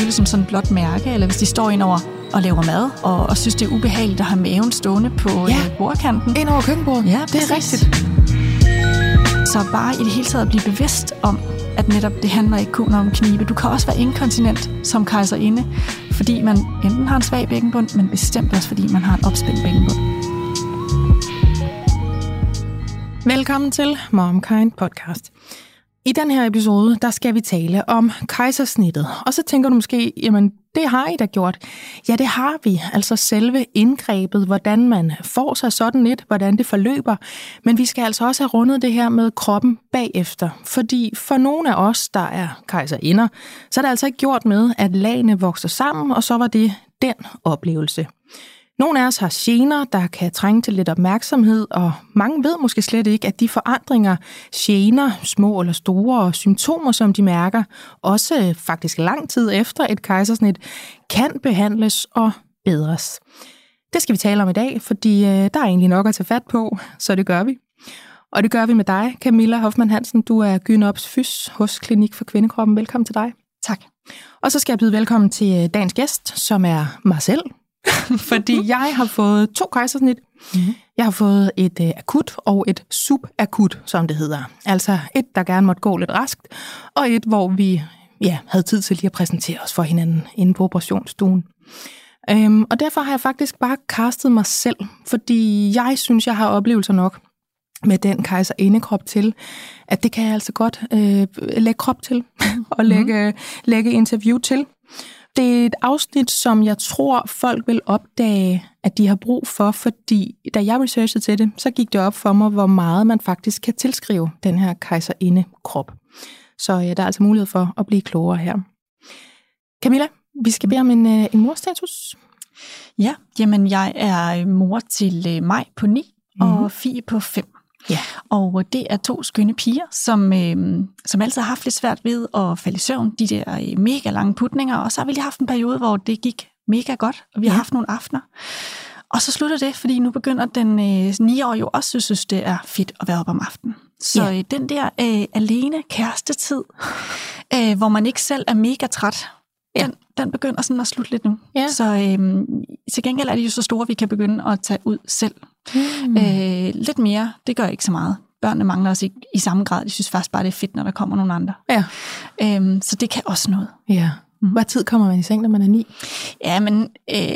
det som sådan et blåt mærke, eller hvis de står ind over og laver mad, og synes, det er ubehageligt at have maven stående på bordkanten. Ind over køkkenbordet. Ja, det er rigtigt. Så bare i det hele taget at blive bevidst om, at netop det handler ikke kun om knibe. Du kan også være inkontinent som kejserinde, fordi man enten har en svag bækkenbund, men bestemt også fordi man har en opspændt bækkenbund. Velkommen til MomKind podcast. I den her episode, der skal vi tale om kejsersnittet. Og så tænker du måske, jamen det har I da gjort. Ja, det har vi. Altså selve indgrebet, hvordan man får sig sådan lidt, hvordan det forløber. Men vi skal altså også have rundet det her med kroppen bagefter. Fordi for nogle af os, der er kejserinder, så er det altså ikke gjort med, at lagene vokser sammen, og så var det den oplevelse. Nogle af os har gener, der kan trænge til lidt opmærksomhed, og mange ved måske slet ikke, at de forandringer, gener, små eller store, og symptomer, som de mærker, også faktisk lang tid efter et kejsersnit, kan behandles og bedres. Det skal vi tale om i dag, fordi der er egentlig nok at tage fat på, så det gør vi. Og det gør vi med dig, Camilla Hoffmann Hansen. Du er gyneops-fys hos Klinik for Kvindekroppen. Velkommen til dig. Tak. Og så skal jeg byde velkommen til dagens gæst, som er mig selv. Fordi jeg har fået 2 kejsersnit. Mm-hmm. Jeg har fået et akut og et subakut, som det hedder. Altså et, der gerne måtte gå lidt raskt, og et, hvor vi havde tid til lige at præsentere os for hinanden inde på operationsstuen. Og derfor har jeg faktisk bare castet mig selv, fordi jeg synes, jeg har oplevelser nok med den kejserinde-krop til, at det kan jeg altså godt lægge krop til og lægge interview til. Det er et afsnit, som jeg tror, folk vil opdage, at de har brug for, fordi da jeg researchede til det, så gik det op for mig, hvor meget man faktisk kan tilskrive den her kejserinde-krop. Så der er altså mulighed for at blive klogere her. Camilla, vi skal bede om en morstatus. Ja, jamen jeg er mor til Maj på 9 og Fie på 5. Ja. Og det er 2 skønne piger, som altid har haft lidt svært ved at falde i søvn. De der mega lange putninger, og så har vi lige haft en periode, hvor det gik mega godt, og vi har haft nogle aftener. Og så slutter det, fordi nu begynder den 9-årige jo også synes, det er fedt at være op om aftenen. Så den der alene kærestetid, hvor man ikke selv er mega træt, den begynder sådan at slutte lidt nu. Ja. Så til gengæld er de jo så store, at vi kan begynde at tage ud selv. Lidt mere, det gør ikke så meget. Børnene mangler os ikke i samme grad. De synes faktisk bare, det er fedt, når der kommer nogle andre. Ja. Så det kan også noget. Ja. Hvad tid kommer man i seng, når man er 9? Ja, men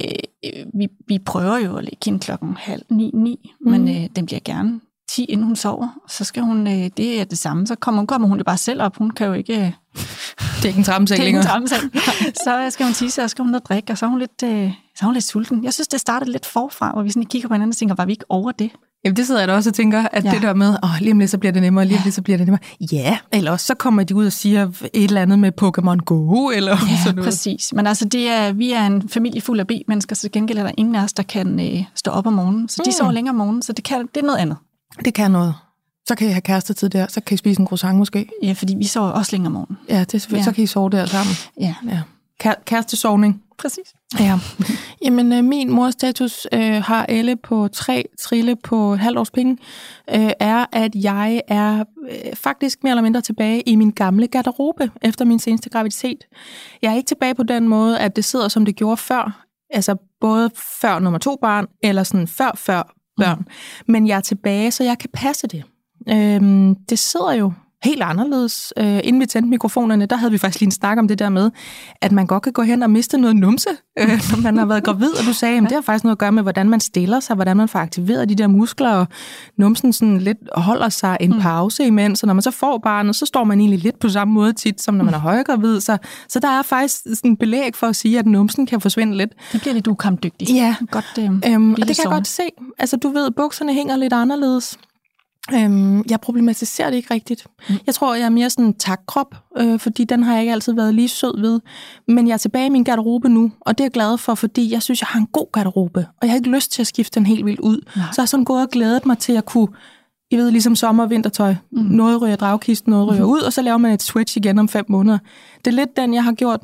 vi prøver jo at lægge hende 8:30, men den bliver gerne 10, inden hun sover. Så skal hun, det er det samme, så kommer hun jo bare selv op. Hun kan jo ikke... Det er ikke en trammeseng længere. Så skal hun tisse, og så skal hun noget drikke, og så er hun lidt sulten. Jeg synes, det startede lidt forfra, hvor vi sådan kigger på hinanden og tænker, var vi ikke over det? Jamen det sidder jeg da også og tænker, at det der med, lige om lidt så bliver det nemmere, lige om lidt så bliver det nemmere. Ja, eller også så kommer de ud og siger et eller andet med Pokémon Go, eller sådan noget. Præcis. Men altså, vi er en familie fuld af B-mennesker, så til gengæld er der ingen af os, der kan stå op om morgenen. Så de sover længere om morgenen, så det er noget andet. Det kan noget. Så kan I have kærestetid der, så kan I spise en croissant måske. Ja, fordi vi sover også længere om morgenen. Ja, det er selvfølgelig. Så kan I sove der sammen. Ja. Kærestesovning. Præcis. Ja. Jamen, min morstatus har Elle på 3, Trille på ½ års penge, er, at jeg er faktisk mere eller mindre tilbage i min gamle garderobe efter min seneste graviditet. Jeg er ikke tilbage på den måde, at det sidder, som det gjorde før. Altså både før nummer 2 barn, eller sådan før børn. Men jeg er tilbage, så jeg kan passe det. Det sidder jo helt anderledes. Inden vi tændte mikrofonerne, der havde vi faktisk lige en snak om det der med, at man godt kan gå hen og miste noget numse, når man har været gravid, og du sagde, at det har faktisk noget at gøre med, hvordan man stiller sig, hvordan man får aktiveret de der muskler, og numsen sådan lidt holder sig en pause imens, og når man så får barnet, så står man egentlig lidt på samme måde tit, som når man er højgravid, så der er faktisk sådan belæg for at sige, at numsen kan forsvinde lidt. Det bliver lidt ukampdygtigt. Ja, godt, og det kan jeg godt se. Altså du ved, bukserne hænger lidt anderledes. Jeg problematiserer det ikke rigtigt. Jeg tror, jeg er mere sådan en takkrop, fordi den har jeg ikke altid været lige sød ved. Men jeg er tilbage i min garderobe nu, og det er jeg glad for, fordi jeg synes, jeg har en god garderobe, og jeg har ikke lyst til at skifte den helt vildt ud. Nej. Så jeg har sådan gået og glædet mig til at kunne, I ved, ligesom sommer- og vintertøj. Noget ryger dragkisten, noget ryger ud, og så laver man et switch igen om 5 måneder. Det er lidt den, jeg har gjort nu.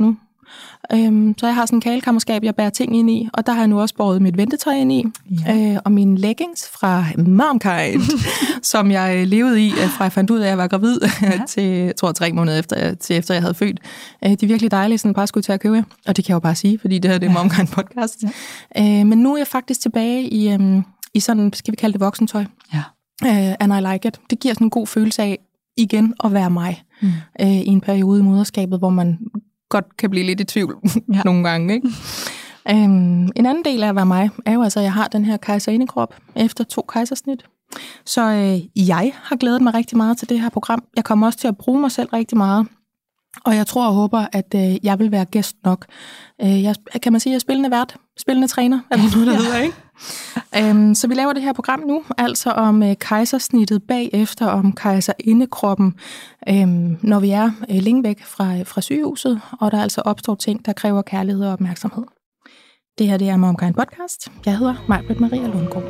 Så jeg har sådan en kaglekammerskab, jeg bærer ting ind i, og der har jeg nu også båret mit ventetøj ind i. Og mine leggings fra MomKind, som jeg levede i, fra jeg fandt ud af, at jeg var gravid, til, jeg tror, 3 måneder efter jeg havde født. De er virkelig dejlige, sådan bare skulle til at købe. Og det kan jeg jo bare sige, fordi det her det er MomKind podcast. Men nu er jeg faktisk tilbage i sådan, skal vi kalde det voksentøj. And I like it. Det giver sådan en god følelse af, igen at være mig i en periode i moderskabet, hvor man godt kan blive lidt i tvivl nogle gange. Ikke? En anden del af at være mig er jo altså, at jeg har den her kejserindekrop efter 2 kejsersnit. Så jeg har glædet mig rigtig meget til det her program. Jeg kommer også til at bruge mig selv rigtig meget. Og jeg tror og håber, at jeg vil være gæst nok. Kan man sige, at jeg er spillende vært, spillende træner, er det nu, der hedder, ikke? Så vi laver det her program nu, altså om kejsersnittet bagefter, om kejserindekroppen, når vi er længe væk fra sygehuset, og der altså opstår ting, der kræver kærlighed og opmærksomhed. Det her, det er MomKind podcast. Jeg hedder Maj-Britt Maria Lundgaard.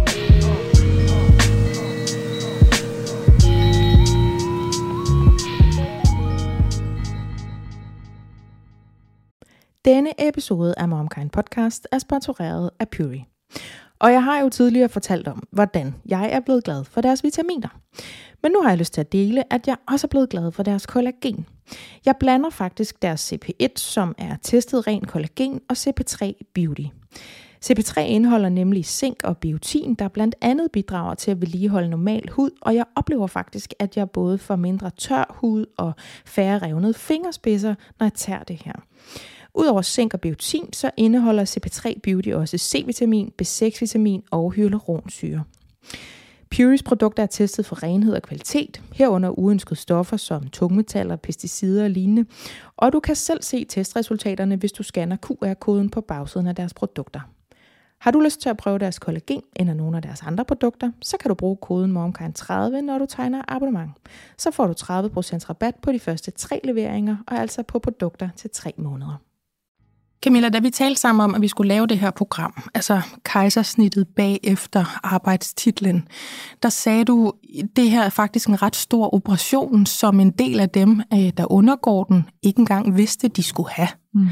Denne episode af MomKind podcast er sponsoreret af Pury. Og jeg har jo tidligere fortalt om, hvordan jeg er blevet glad for deres vitaminer. Men nu har jeg lyst til at dele, at jeg også er blevet glad for deres kollagen. Jeg blander faktisk deres CP1, som er testet ren kollagen, og CP3 Beauty. CP3 indeholder nemlig zink og biotin, der blandt andet bidrager til at vedligeholde normal hud, og jeg oplever faktisk, at jeg både får mindre tør hud og færre revnede fingerspidser, når jeg tager det her. Udover zink og biotin, så indeholder CP3 Beauty også C-vitamin, B6-vitamin og hyaluronsyre. Purys produkter er testet for renhed og kvalitet, herunder uønskede stoffer som tungmetaller, pesticider og lignende, og du kan selv se testresultaterne, hvis du scanner QR-koden på bagsiden af deres produkter. Har du lyst til at prøve deres kollagen eller nogle af deres andre produkter, så kan du bruge koden MomKind30, når du tegner abonnement. Så får du 30% rabat på de første 3 leveringer, og altså på produkter til 3 måneder. Camilla, da vi talte sammen om, at vi skulle lave det her program, altså kejsersnittet bagefter arbejdstitlen, der sagde du, det her er faktisk en ret stor operation, som en del af dem, der undergår den, ikke engang vidste, de skulle have.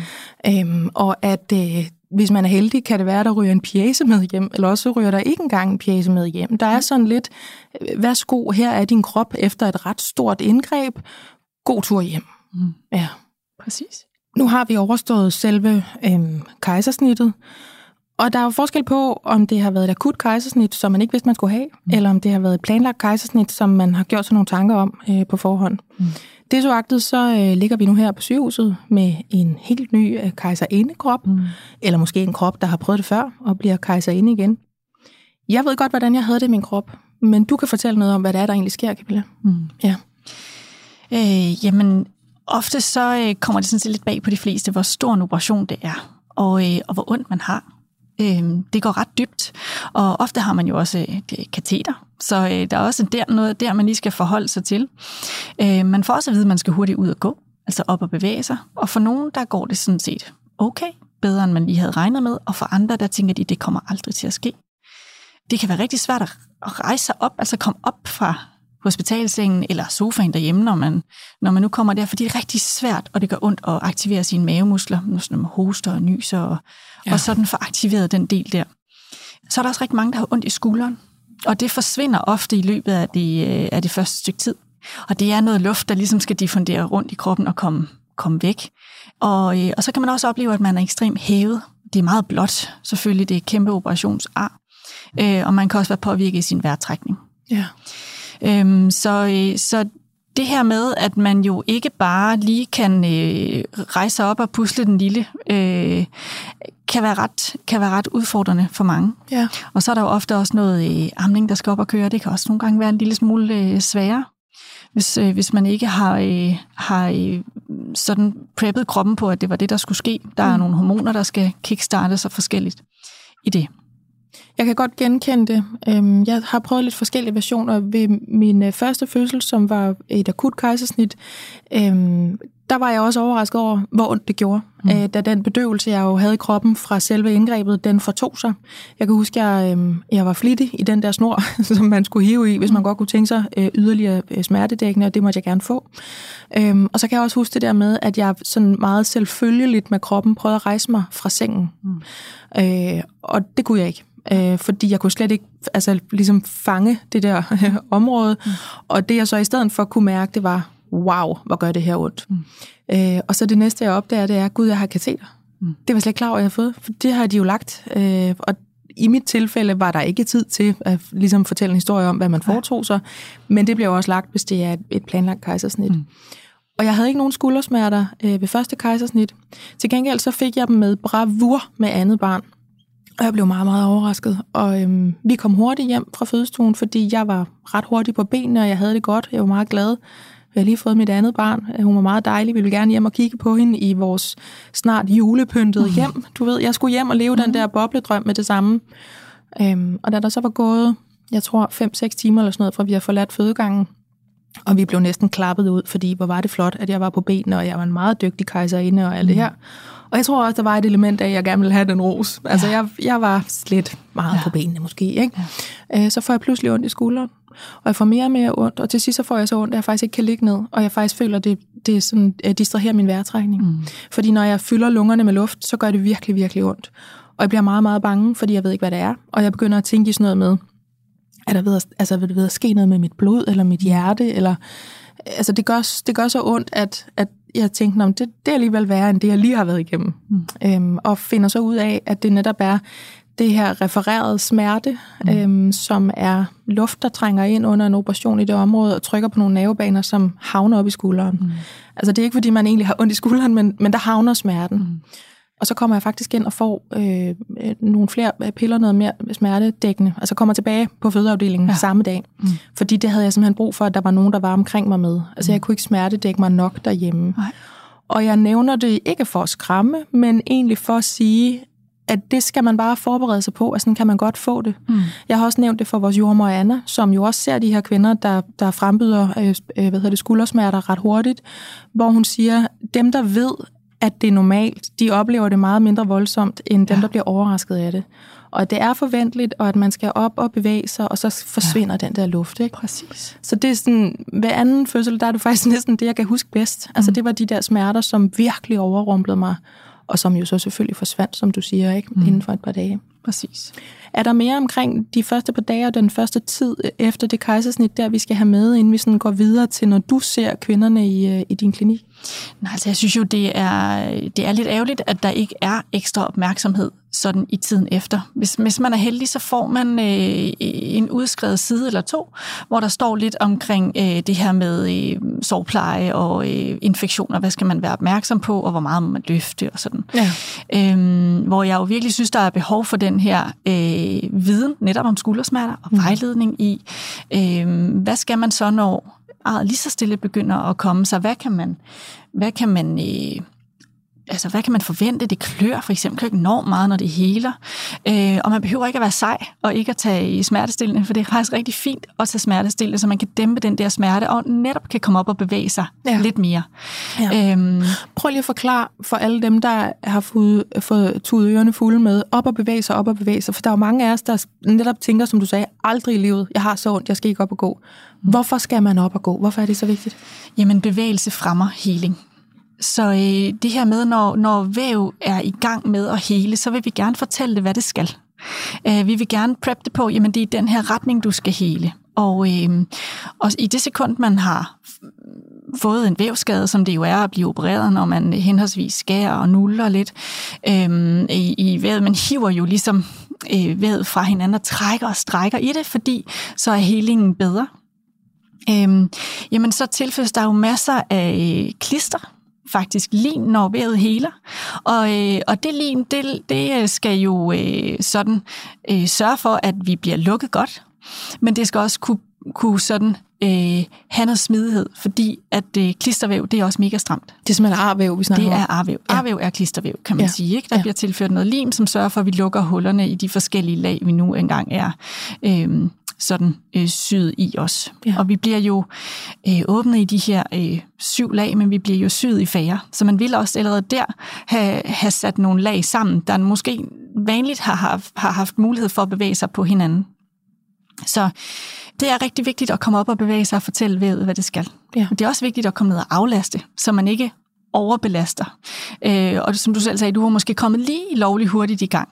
Og at hvis man er heldig, kan det være, der ryger en pjece med hjem, eller også ryger der ikke engang en pjece med hjem. Der er sådan lidt, værsgo, her er din krop efter et ret stort indgreb. God tur hjem. Ja, præcis. Nu har vi overstået selve kejsersnittet, og der er jo forskel på, om det har været et akut kejsersnit, som man ikke vidste, man skulle have, eller om det har været et planlagt kejsersnit, som man har gjort sig nogle tanker om på forhånd. Det så agtet, så ligger vi nu her på sygehuset med en helt ny kejserinde-krop, eller måske en krop, der har prøvet det før, og bliver kejserinde igen. Jeg ved godt, hvordan jeg havde det i min krop, men du kan fortælle noget om, hvad det er, der egentlig sker, Camilla. Ja. Jamen, ofte så kommer det sådan set lidt bag på de fleste, hvor stor en operation det er, og hvor ondt man har. Det går ret dybt, og ofte har man jo også kateter, så der er også noget der, man lige skal forholde sig til. Man får også at vide, at man skal hurtigt ud og gå, altså op og bevæge sig, og for nogen, der går det sådan set okay, bedre end man lige havde regnet med, og for andre, der tænker de, det kommer aldrig til at ske. Det kan være rigtig svært at rejse sig op, altså komme op fra hospitalsengen eller sofaen derhjemme, når man nu kommer der, for det er rigtig svært, og det gør ondt at aktivere sine mavemuskler, når man hoster og nyser, og sådan får aktiveret den del der. Så er der også rigtig mange, der har ondt i skulderen, og det forsvinder ofte i løbet af det første stykke tid. Og det er noget luft, der ligesom skal diffundere rundt i kroppen og komme væk. Og så kan man også opleve, at man er ekstremt hævet. Det er meget blåt, selvfølgelig, det er kæmpe operationsar. Og man kan også være påvirket i sin vejrtrækning. Ja. Så det her med, at man jo ikke bare lige kan rejse sig op og pusle den lille, kan være ret udfordrende for mange. Ja. Og så er der jo ofte også noget amning, der skal op og køre. Det kan også nogle gange være en lille smule sværere, hvis man ikke har sådan preppet kroppen på, at det var det, der skulle ske. Der er nogle hormoner, der skal kickstarte sig forskelligt i det. Jeg kan godt genkende det. Jeg har prøvet lidt forskellige versioner. Ved min første fødsel, som var et akut kejsersnit, der var jeg også overrasket over, hvor ondt det gjorde. Da den bedøvelse, jeg jo havde i kroppen fra selve indgrebet, den fortog sig. Jeg kan huske, jeg var flittig i den der snor, som man skulle hive i, hvis man godt kunne tænke sig yderligere smertedækkende, og det måtte jeg gerne få. Og så kan jeg også huske det der med, at jeg sådan meget selvfølgeligt med kroppen prøvede at rejse mig fra sengen. Og det kunne jeg ikke. Fordi jeg kunne slet ikke ligesom fange det der område. Og det jeg så i stedet for kunne mærke, det var, wow, hvor gør det her ondt. Og så det næste, jeg opdager, det er, gud, jeg har kateter. Det var slet ikke klar over, jeg havde fået, for det har de jo lagt. Og i mit tilfælde var der ikke tid til at ligesom fortælle en historie om, hvad man foretog sig, men det bliver også lagt, hvis det er et planlagt kejsersnit. Og jeg havde ikke nogen skuldersmerter ved første kejsersnit. Til gengæld så fik jeg dem med bravur med andet barn. Og jeg blev meget, meget overrasket. Og vi kom hurtigt hjem fra fødestuen, fordi jeg var ret hurtig på benene, og jeg havde det godt. Jeg var meget glad. Jeg har lige fået mit andet barn. Hun var meget dejlig. Vi ville gerne hjem og kigge på hende i vores snart julepyntede hjem. Du ved, jeg skulle hjem og leve den der bobledrøm med det samme. Og da der så var gået, jeg tror 5-6 timer eller sådan noget, fra vi har forladt fødegangen, og vi blev næsten klappet ud, fordi hvor var det flot, at jeg var på benene, og jeg var en meget dygtig kejserinde og alt det her. Og jeg tror også, der var et element af, at jeg gerne ville have den ros. Altså, jeg var slet meget på benene måske, ikke? Så får jeg pludselig ondt i skulderen, og jeg får mere og mere ondt, og til sidst så får jeg så ondt, at jeg faktisk ikke kan ligge ned, og jeg faktisk føler, at det sådan, distraherer min vejrtrækning. Fordi når jeg fylder lungerne med luft, så gør det virkelig, virkelig ondt. Og jeg bliver meget, meget bange, fordi jeg ved ikke, hvad det er. Og jeg begynder at tænke i sådan noget med, er der ved at ske noget med mit blod, eller mit hjerte, eller... Altså, det gør så ondt, at jeg tænkte, det er alligevel værre, end det, jeg lige har været igennem. Og finder så ud af, at det netop er det her refererede smerte, som er luft, der trænger ind under en operation i det område, og trykker på nogle nervebaner, som havner op i skulderen. Altså, det er ikke, fordi man egentlig har ondt i skulderen, men der havner smerten. Og så kommer jeg faktisk ind og får nogle flere piller, noget mere smertedækkende. Altså kommer tilbage på fødeafdelingen samme dag. Fordi det havde jeg simpelthen brug for, at der var nogen, der var omkring mig med. Altså jeg kunne ikke smertedække mig nok derhjemme. Og jeg nævner det ikke for at skræmme, men egentlig for at sige, at det skal man bare forberede sig på, at sådan kan man godt få det. Jeg har også nævnt det for vores jordmor Anna, som jo også ser de her kvinder, der frembyder skuldersmerter ret hurtigt, hvor hun siger, dem der ved, at det er normalt, de oplever det meget mindre voldsomt, end dem, der bliver overrasket af det. Og det er forventeligt, og at man skal op og bevæge sig, og så forsvinder den der luft. Ikke? Præcis. Så det er sådan, ved anden fødsel, der er det faktisk næsten det, jeg kan huske bedst. Altså det var de der smerter, som virkelig overrumplede mig, og som jo så selvfølgelig forsvandt, som du siger, ikke, inden for et par dage. Præcis. Er der mere omkring de første par dage og den første tid efter det kejsersnit, der vi skal have med, inden vi sådan går videre til, når du ser kvinderne i din klinik? Nej, altså jeg synes jo, det er lidt ærgerligt, at der ikke er ekstra opmærksomhed sådan i tiden efter. Hvis man er heldig, så får man en udskrevet side eller 2, hvor der står lidt omkring det her med sorgpleje og infektioner. Hvad skal man være opmærksom på, og hvor meget må man løfte og sådan. Ja. Hvor jeg jo virkelig synes, der er behov for den her viden netop om skuldersmerter og vejledning i, hvad skal man så, når lige så stille begynder at komme sig? Hvad kan man forvente? Det klør for eksempel enormt meget, når det heler. Og man behøver ikke at være sej og ikke at tage smertestillende, for det er faktisk rigtig fint at tage smertestillende, så man kan dæmpe den der smerte, og netop kan komme op og bevæge sig lidt mere. Ja. Prøv lige at forklare for alle dem, der har fået tudet ørerne fulde med, op og bevæge sig, for der er jo mange af os, der netop tænker, som du sagde, aldrig i livet, jeg har så ondt, jeg skal ikke op og gå. Hvorfor skal man op og gå? Hvorfor er det så vigtigt? Jamen, bevægelse fremmer healing. Så det her med, når væv er i gang med at hele, så vil vi gerne fortælle det, hvad det skal. Vi vil gerne preppe det på, jamen det er den her retning, du skal hele. Og i det sekund, man har fået en vævskade, som det jo er at blive opereret, når man henholdsvis skærer og nuller lidt i vævet, man hiver jo ligesom vævet fra hinanden og trækker og strækker i det, fordi så er helingen bedre. Jamen så tilføjes der jo masser af klister, faktisk lim, når vævet heler. Og det lim, det skal jo sørge for, at vi bliver lukket godt, men det skal også kunne sådan have noget smidighed, fordi at klistervæv, det er også mega stramt. Det er simpelthen arvæv, vi snakker om. Det er arvæv. Ja. Arvæv er klistervæv, kan man sige. Ikke? Der bliver tilført noget lim, som sørger for, at vi lukker hullerne i de forskellige lag, vi nu engang er sådan syet i os. Ja. Og vi bliver jo åbnet i de her 7 lag, men vi bliver jo syet i færre. Så man vil også allerede der have sat nogle lag sammen, der måske vanligt har haft mulighed for at bevæge sig på hinanden. Så det er rigtig vigtigt at komme op og bevæge sig og fortælle vævet, hvad det skal. Ja. Det er også vigtigt at komme ned og aflaste, så man ikke overbelaster. Og som du selv sagde, du var måske kommet lige lovligt hurtigt i gang.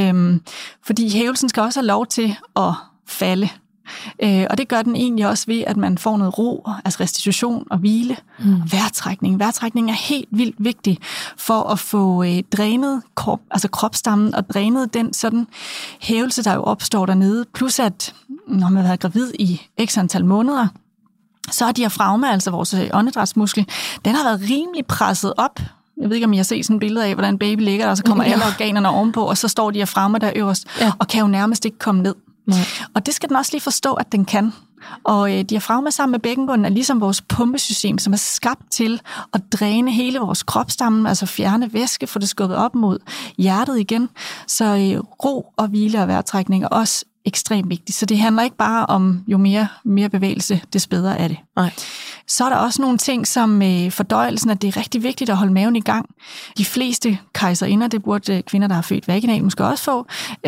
Fordi hævelsen skal også have lov til at falde. Og det gør den egentlig også ved, at man får noget ro, altså restitution og hvile. Vejrtrækning. Vejrtrækning er helt vildt vigtig for at få drænet kropsstammen og drænet den sådan hævelse, der jo opstår dernede. Plus at når man har været gravid i x antal måneder, så er diafragma, altså vores åndedrætsmuskel, den har været rimelig presset op. Jeg ved ikke, om I har set sådan et billede af, hvordan baby ligger der, og så kommer alle organerne ovenpå, og så står diafragma der øverst, og kan jo nærmest ikke komme ned. Nej. Og det skal den også lige forstå, at den kan. Og diafragma sammen med bækkenbunden er ligesom vores pumpesystem, som er skabt til at dræne hele vores kropsstamme, altså fjerne væske, få det skubbet op mod hjertet igen. Så ro og hvile og vejrtrækning er også ekstremt vigtigt. Så det handler ikke bare om, jo mere bevægelse, des bedre er det. Nej. Så er der også nogle ting som fordøjelsen, at det er rigtig vigtigt at holde maven i gang. De fleste kejserinder, det burde kvinder, der har født vaginalt, måske også få,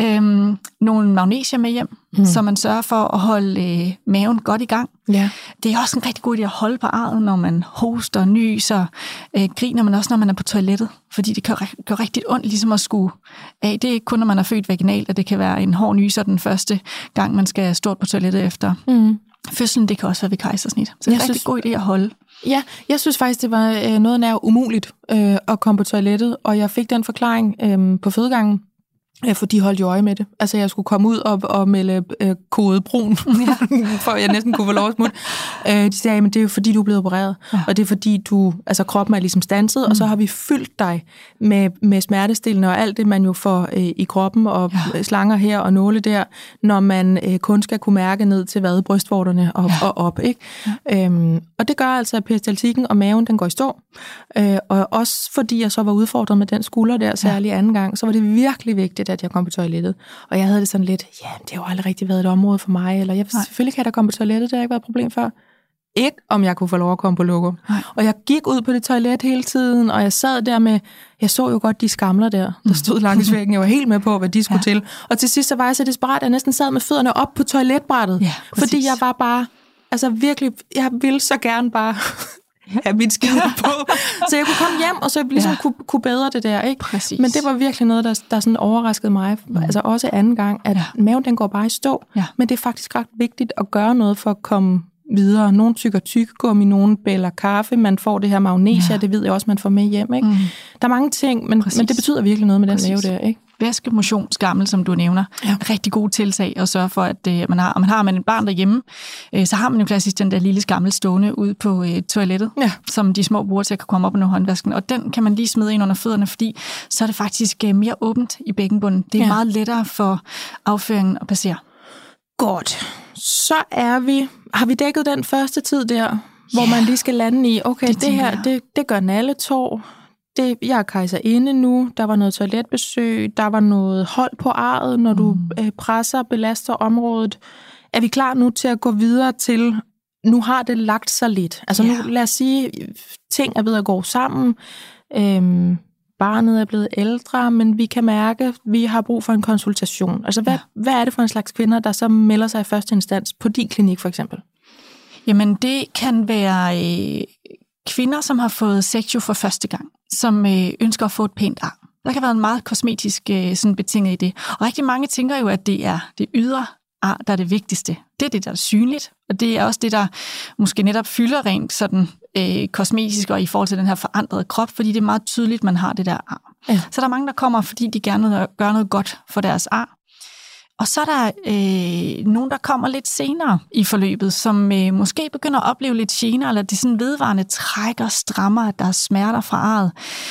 nogle magnesium med hjem, så man sørger for at holde maven godt i gang. Ja. Det er også en rigtig god idé at holde på arret, når man hoster, nyser, griner man også, når man er på toilettet, fordi det gør rigtig ondt ligesom at skue af. Det er ikke kun, når man er født vaginalt, at det kan være en hård nyser den første gang, man skal stå på toilettet efter. Fødslen, det kan også være ved kejsersnit. Så det er en rigtig god idé at holde. Ja, jeg synes faktisk, det var noget nær umuligt at komme på toilettet, og jeg fik den forklaring på fødegangen, for de holdt jo øje med det. Altså, jeg skulle komme ud og melde kode brun, for jeg næsten kunne få lov at smutte. De sagde, men det er jo fordi, du er blevet opereret, og det er fordi, kroppen er ligesom standset, og så har vi fyldt dig med smertestillende og alt det, man jo får i kroppen, og slanger her og nåle der, når man kun skal kunne mærke ned til brystvorterne og op. Ikke? Ja. Og det gør altså, at peristaltikken og maven, den går i stå. Og også fordi jeg så var udfordret med den skulder der, særlig anden gang, så var det virkelig vigtigt, at jeg kom på toilettet. Og jeg havde det sådan lidt, det har jo aldrig rigtig været et område for mig, eller selvfølgelig kan jeg da komme på toilettet, det har ikke været et problem før. Ikke om jeg kunne få lov at komme på lokum. Og jeg gik ud på det toilet hele tiden, og jeg sad der med, jeg så jo godt de skamler der stod langs væggen. Jeg var helt med på, hvad de skulle til. Og til sidst så var jeg så desperat, at jeg næsten sad med fødderne op på toiletbrættet. Ja, fordi jeg var bare, altså virkelig, jeg ville så gerne bare have mit skider på, så jeg kunne komme hjem, og så ligesom kunne bedre det der, ikke? Præcis. Men det var virkelig noget, der sådan overraskede mig, altså også anden gang, at maven, den går bare i stå, men det er faktisk ret vigtigt at gøre noget for at komme videre. Nogle tykker tyggegummi, nogle bæller kaffe, man får det her magnesia, det ved jeg også, man får med hjem, ikke? Der er mange ting, men det betyder virkelig noget med den mave der, ikke? Væske, motion, skammel, som du nævner. Rigtig gode tiltag at sørge for, at man har et barn derhjemme, så har man jo klassisk den der lille skammel stående ude på toilettet, som de små bruger til at komme op under håndvasken. Og den kan man lige smide ind under fødderne, fordi så er det faktisk mere åbent i bækkenbunden. Det er meget lettere for afføringen at passere. Godt. Så har vi dækket den første tid der, hvor man lige skal lande i, okay, det her, det gør Nalle Torp. Jeg er kejserinde nu, der var noget toiletbesøg, der var noget hold på arret, når du presser, belaster området. Er vi klar nu til at gå videre til, nu har det lagt sig lidt? Altså nu, lad os sige, ting er ved at gå sammen, barnet er blevet ældre, men vi kan mærke, at vi har brug for en konsultation. Altså hvad er det for en slags kvinder, der så melder sig i første instans på din klinik for eksempel? Jamen det kan være kvinder, som har fået sektio for første gang, som ønsker at få et pænt ar. Der kan være en meget kosmetisk sådan betinget i det. Og rigtig mange tænker jo, at det er det ydre ar, der er det vigtigste. Det er det, der er synligt, og det er også det, der måske netop fylder rent sådan kosmetisk og i forhold til den her forandrede krop, fordi det er meget tydeligt, man har det der ar. Ja. Så der er mange, der kommer, fordi de gerne vil gøre noget godt for deres ar. Og så er der nogen, der kommer lidt senere i forløbet, som måske begynder at opleve lidt gener, eller de sådan vedvarende trækker, strammer, at der er smerter fra arret.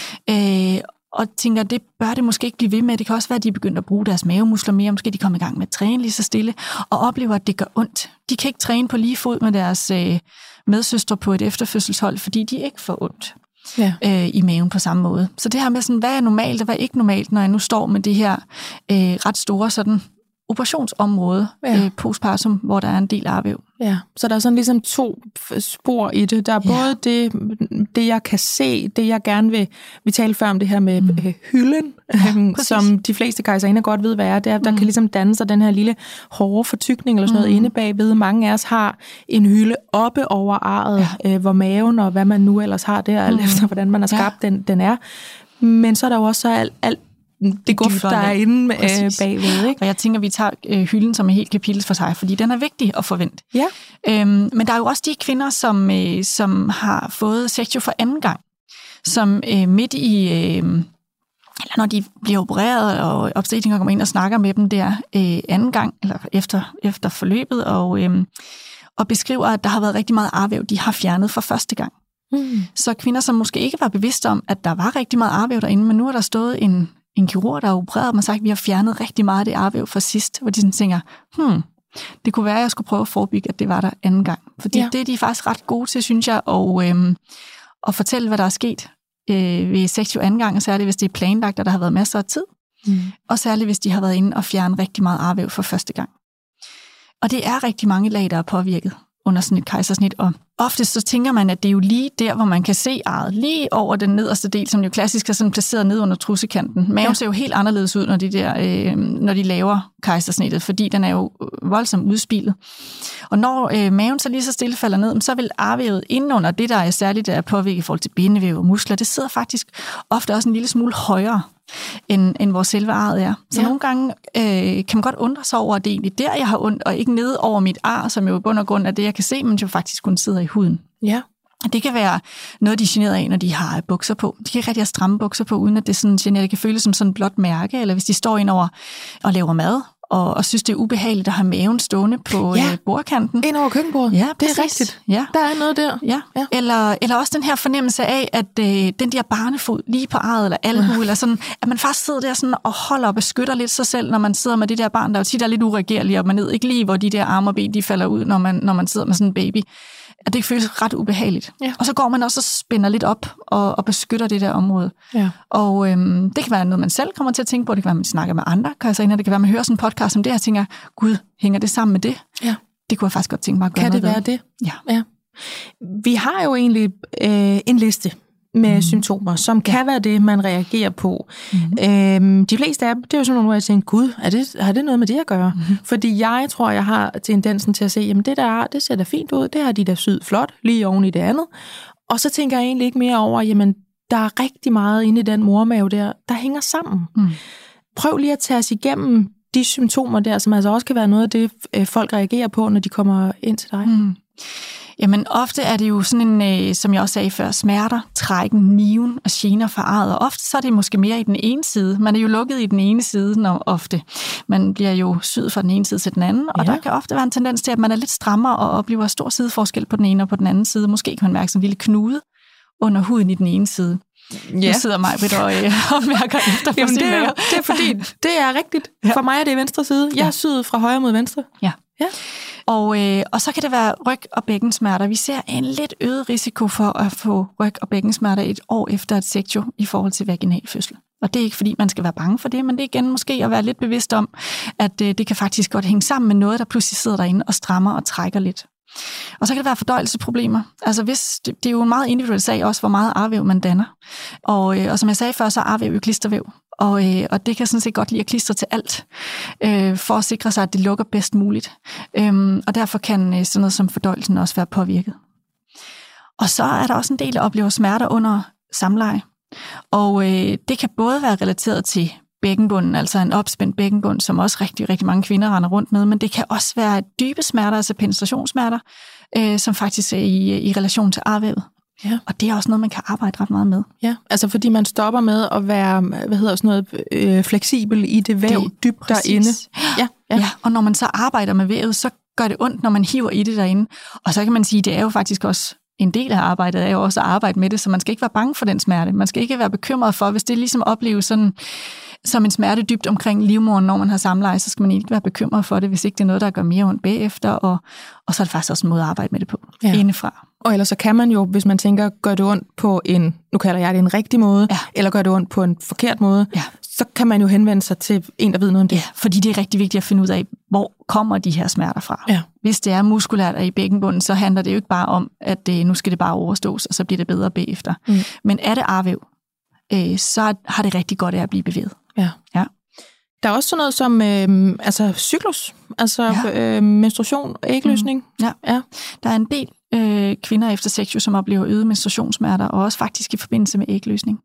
Og tænker, det bør det måske ikke blive ved med. Det kan også være, at de begynder at bruge deres mavemuskler mere. Måske de kommer i gang med at træne lige så stille, og oplever, at det gør ondt. De kan ikke træne på lige fod med deres medsøstre på et efterfødselshold, fordi de ikke får ondt i maven på samme måde. Så det her med, sådan, hvad er normalt og hvad er ikke normalt, når jeg nu står med det her ret store sådan operationsområde, postpartum, hvor der er en del arvæv. Ja, så der er sådan ligesom 2 spor i det. Der er både det, jeg kan se, det jeg gerne vil... Vi talte før om det her med hylden, som de fleste kejserinder godt ved, hvad er. Der kan ligesom danne sig den her lille hårde fortykning eller sådan noget inde bagved. Mange af os har en hylde oppe over arret, hvor maven og hvad man nu ellers har der, alt efter hvordan man har skabt den er. Men så er der jo også alt det guf, der er inde bagved. Ikke? Og jeg tænker, vi tager hylden som et helt kapitel for sig, fordi den er vigtig at forvente. Ja. Men der er jo også de kvinder, som har fået sektio for anden gang, som midt i, eller når de bliver opereret, og obstetrikeren kommer ind og snakker med dem der anden gang, eller efter forløbet, og beskriver, at der har været rigtig meget arvæv, de har fjernet for første gang. Så kvinder, som måske ikke var bevidste om, at der var rigtig meget arvæv derinde, men nu er der stået en kirurg, der har opereret, og man har sagt, at vi har fjernet rigtig meget af det arvæv fra sidst, hvor de sådan tænker, det kunne være, at jeg skulle prøve at forebygge, at det var der anden gang. Fordi det er de faktisk ret gode til, synes jeg, at fortælle, hvad der er sket ved sektio anden gang, og særligt hvis det er planlagt, og der har været masser af tid, og særligt hvis de har været inde og fjernet rigtig meget arvæv for første gang. Og det er rigtig mange lag, der er påvirket under sådan et kejsersnit, og ofte så tænker man, at det er jo lige der, hvor man kan se arret, lige over den nederste del, som jo klassisk er sådan placeret ned under trussekanten. Maven ser jo helt anderledes ud, når de laver kejsersnittet, fordi den er jo voldsomt udspilet. Og når maven så lige så stille falder ned, så vil arvævet indenunder det, der er særligt der er påvirket i forhold til bindevæv og muskler, det sidder faktisk ofte også en lille smule højere, end hvor selve arret er. Så nogle gange kan man godt undre sig over, at det er egentlig der, jeg har ondt, og ikke nede over mit ar, som jo i bund og grund er det, jeg kan se, men jo faktisk kun sidder i huden. Ja. Det kan være noget, de er generet af, når de har bukser på. De kan ikke rigtig have stramme bukser på, uden at det sådan generet. Det kan føles som sådan et blåt mærke, eller hvis de står ind over og laver mad, og synes, det er ubehageligt at have maven stående på bordkanten. Ind over køkkenbordet. Ja, det er rigtigt. Ja. Der er noget der. Ja. Eller også den her fornemmelse af, at den der barnefod lige på arret eller albue, eller sådan, at man faktisk sidder der sådan og holder og beskytter lidt sig selv, når man sidder med det der barn, der jo tit er lidt uregerlig op og ned. Ikke lige, hvor de der arme og ben, de falder ud, når man sidder med sådan en baby. At det føles ret ubehageligt. Ja. Og så går man også og spænder lidt op og beskytter det der område. Ja. Og det kan være noget, man selv kommer til at tænke på. Det kan være, at man snakker med andre kejserinder. Det kan være, at man hører sådan en podcast om det, og tænker, gud, hænger det sammen med det? Ja. Det kunne jeg faktisk godt tænke mig at gøre noget ved. Kan det være det? Ja. Vi har jo egentlig en liste med symptomer, som kan være det, man reagerer på. De fleste af dem, det er jo sådan nogle, hvor jeg tænker, gud, har det noget med det at gøre? Fordi jeg tror, jeg har tendensen til at se, jamen det der, det ser da fint ud, det har de der syet flot, lige oven i det andet. Og så tænker jeg egentlig ikke mere over, jamen der er rigtig meget inde i den mormave der hænger sammen. Prøv lige at tage os igennem de symptomer der, som altså også kan være noget af det, folk reagerer på, når de kommer ind til dig. Jamen ofte er det jo sådan en, som jeg også sagde før, smerter, trækken, niven og gener fra arret, og ofte så er det måske mere i den ene side. Man er jo lukket i den ene side, når ofte. Man bliver jo syet fra den ene side til den anden, og der kan ofte være en tendens til, at man er lidt strammere og oplever stor sideforskel på den ene og på den anden side. Måske kan man mærke sådan en lille knude under huden i den ene side. Nu sidder mig på og mærker efter på sin mave. Det er fordi, det er rigtigt. For mig er det venstre side. Jeg er syet fra højre mod venstre. Ja. Og så kan det være ryg- og bækkensmerter. Vi ser en lidt øget risiko for at få ryg- og bækkensmerter et år efter et sektio i forhold til vaginalfødsel. Og det er ikke fordi, man skal være bange for det, men det er igen måske at være lidt bevidst om, at det kan faktisk godt hænge sammen med noget, der pludselig sidder derinde og strammer og trækker lidt. Og så kan det være fordøjelsesproblemer. Altså det er jo en meget individuel sag også, hvor meget arvæv man danner. Og som jeg sagde før, så er arvæv jo klistervæv. Og det kan sådan set godt lide at klistre til alt, for at sikre sig, at det lukker bedst muligt. Og derfor kan sådan noget som fordøjelsen også være påvirket. Og så er der også en del, der oplever smerter under samleje. Og det kan både være relateret til bækkenbunden, altså en opspændt bækkenbund, som også rigtig, rigtig mange kvinder render rundt med, men det kan også være dybe smerter, altså penetrationssmerter, som faktisk er i relation til arvævet. Ja. Og det er også noget, man kan arbejde ret meget med. Ja, altså fordi man stopper med at være, fleksibel i det væv dybt derinde. Ja, og når man så arbejder med vævet, så gør det ondt, når man hiver i det derinde. Og så kan man sige, det er jo faktisk også en del af arbejdet, er jo også at arbejde med det, så man skal ikke være bange for den smerte. Man skal ikke være bekymret for, hvis det ligesom opleves sådan som en smerte dybt omkring livmoderen, når man har samleje, så skal man ikke være bekymret for det, hvis ikke det er noget, der gør mere ondt bagefter, og så er det faktisk også en måde at arbejde med det på, indefra. Og ellers så kan man jo, hvis man tænker, gør det ondt på en, nu kalder jeg det en rigtig måde, eller gør det ondt på en forkert måde, så kan man jo henvende sig til en, der ved noget om det. Ja, fordi det er rigtig vigtigt at finde ud af, hvor kommer de her smerter fra. Ja. Hvis det er muskulært og i bækkenbunden, så handler det jo ikke bare om, at nu skal det bare overstås, og så bliver det bedre bagefter. Men er det arvæv, så har det rigtig godt af at blive bevæget. Ja. Der er også sådan noget som cyklus, menstruation, ægløsning. Ja. Der er en del kvinder efter sex, som oplever øgede menstruationssmerter, og også faktisk i forbindelse med ægløsning.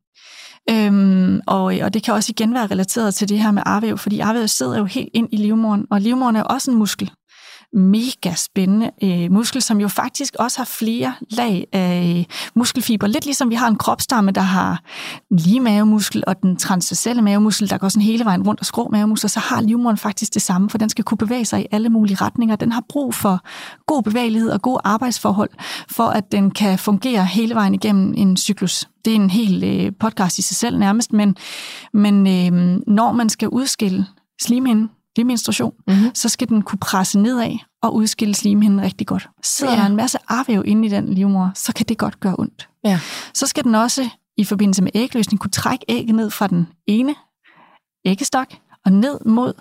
Og det kan også igen være relateret til det her med arvæv, fordi arvævet sidder jo helt ind i livmoderen, og livmoderen er jo også en muskel. Mega spændende muskel, som jo faktisk også har flere lag af muskelfiber. Lidt ligesom vi har en kropsstamme, der har en lige mavemuskel og den transverselle mavemuskel, der går sådan hele vejen rundt og skrå mavemuskler, så har livmoderen faktisk det samme, for den skal kunne bevæge sig i alle mulige retninger. Den har brug for god bevægelighed og gode arbejdsforhold, for at den kan fungere hele vejen igennem en cyklus. Det er en hel podcast i sig selv nærmest, men når man skal udskille slimhinden, det er menstruation, så skal den kunne presse nedad og udskille slimhinden rigtig godt. Sidder der en masse arvæv inde i den livmoder, så kan det godt gøre ondt. Ja. Så skal den også i forbindelse med ægløsning kunne trække ægget ned fra den ene æggestok og ned mod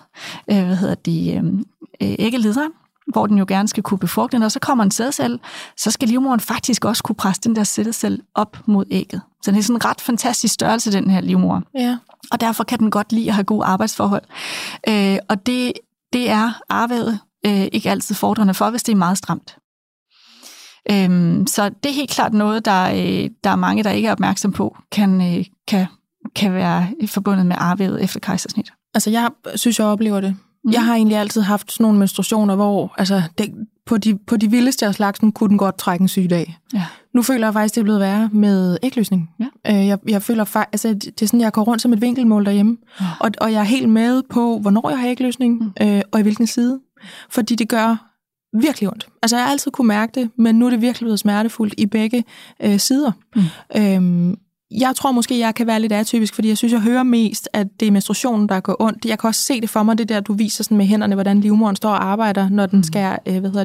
æggelederen, hvor den jo gerne skal kunne befrugte den, og så kommer en sædcelle, så skal livmoderen faktisk også kunne presse den der sædcelle op mod ægget. Så det er sådan en ret fantastisk størrelse, den her livmoder. Ja. Og derfor kan den godt lide at have gode arbejdsforhold. Og det er arvævet ikke altid fordrende for, hvis det er meget stramt. Så det er helt klart noget, der er mange, der ikke er opmærksom på, kan være forbundet med arvævet efter kejsersnit. Altså jeg synes, jeg oplever det. Jeg har egentlig altid haft sådan nogle menstruationer, hvor på de vildeste af slagsen kunne den godt trække en sygdag. Ja. Nu føler jeg faktisk, det er blevet værre med ægløsning. Ja. Jeg føler faktisk, det er sådan, jeg går rundt som et vinkelmål derhjemme, og jeg er helt med på, hvornår jeg har ægløsning, og i hvilken side. Fordi det gør virkelig ondt. Altså jeg har altid kunne mærke det, men nu er det virkelig blevet smertefuldt i begge sider. Jeg tror måske, jeg kan være lidt atypisk, fordi jeg synes, jeg hører mest, at det er menstruationen, der går ondt. Jeg kan også se det for mig, det der, du viser sådan med hænderne, hvordan livmoderen står og arbejder, når den skal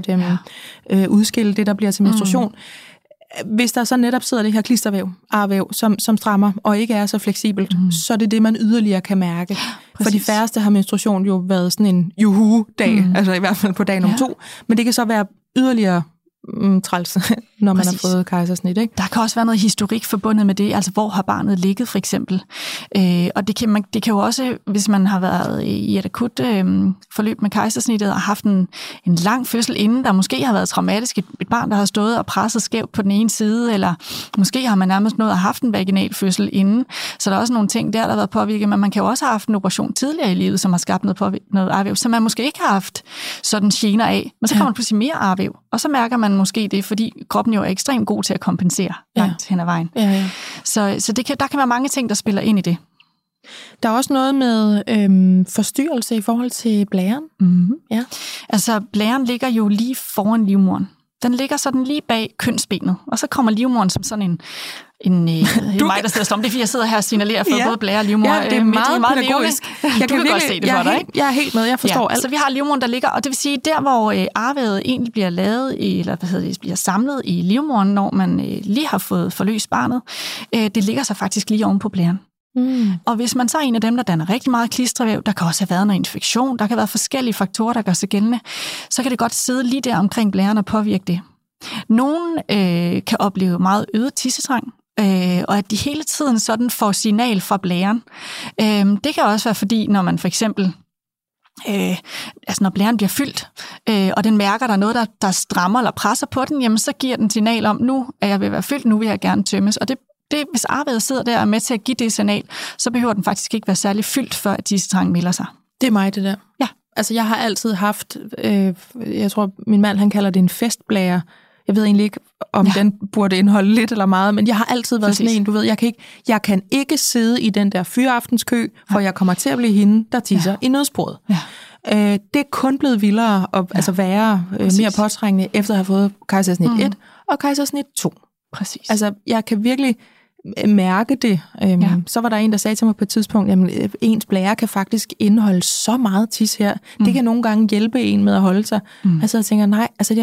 udskille det, der bliver til menstruation. Hvis der så netop sidder det her klistervæv, arvæv, som strammer og ikke er så fleksibelt, så er det det, man yderligere kan mærke. For de færreste har menstruation jo været sådan en juhu-dag, altså i hvert fald på dag nummer 2, men det kan så være yderligere træls, når man har fået kejsersnit, ikke? Der kan også være noget historik forbundet med det, altså hvor har barnet ligget for eksempel. Og det kan jo også, hvis man har været i et akut forløb med kejsersnittet og haft en lang fødsel inden, der måske har været traumatisk, et barn, der har stået og presset skævt på den ene side, eller måske har man nærmest nået at have haft en vaginal fødsel inden, så der er også nogle ting der har været påvirket, men man kan jo også have haft en operation tidligere i livet, som har skabt noget arvæv, som man måske ikke har haft sådan gener af, men så kan man pludselig mere arvæv, og så mærker man måske det, fordi kroppen jo er ekstremt god til at kompensere langt hen ad vejen. Ja. Så der kan være mange ting, der spiller ind i det. Der er også noget med forstyrrelse i forhold til blæren. Ja. Altså, blæren ligger jo lige foran livmoderen. Den ligger sådan lige bag kønsbenet, og så kommer livmoderen som sådan en mig, der sidder slom. Det er fordi, jeg sidder her og signalerer for både blære og livmoder. Ja, det er meget pædagogisk. Du kan godt se det for dig, ikke? Jeg er helt med, jeg forstår alt. Så vi har livmoderen, der ligger, og det vil sige, der hvor arvævet egentlig bliver lavet, bliver samlet i livmoderen, når man lige har fået forløst barnet, det ligger så faktisk lige oven på blæren. Og hvis man så er en af dem, der danner rigtig meget klistervæv, der kan også have været noget infektion, der kan være forskellige faktorer, der gør sig gældende, så kan det godt sidde lige der omkring blæren og påvirke det. Nogen kan opleve meget øget tissetrang, og at de hele tiden sådan får signal fra blæren. Det kan også være fordi, når man for eksempel når blæren bliver fyldt, og den mærker, der er noget, der strammer eller presser på den, jamen så giver den signal om, nu er jeg ved at være fyldt, nu vil jeg gerne tømmes. Og det, hvis arvævet sidder der og er med til at give det signal, så behøver den faktisk ikke være særlig fyldt, før tissetrangen melder sig. Det er mig, det der. Ja. Altså, jeg har altid haft, jeg tror, min mand, han kalder det en festblære. Jeg ved egentlig ikke, om den burde indeholde lidt eller meget, men jeg har altid været sådan en, du ved, jeg kan ikke sidde i den der fyraftens-kø, for jeg kommer til at blive hende, der tisser i nødsporet. Ja. Det er kun blevet vildere og altså værre, mere påtrængende, efter at have fået kejsersnit 1 og kejsersnit 2. Præcis. Altså, jeg kan virkelig mærke det. Så var der en, der sagde til mig på et tidspunkt, at ens blære kan faktisk indeholde så meget tis her. Det kan nogle gange hjælpe en med at holde sig. Altså, jeg tænker, nej, altså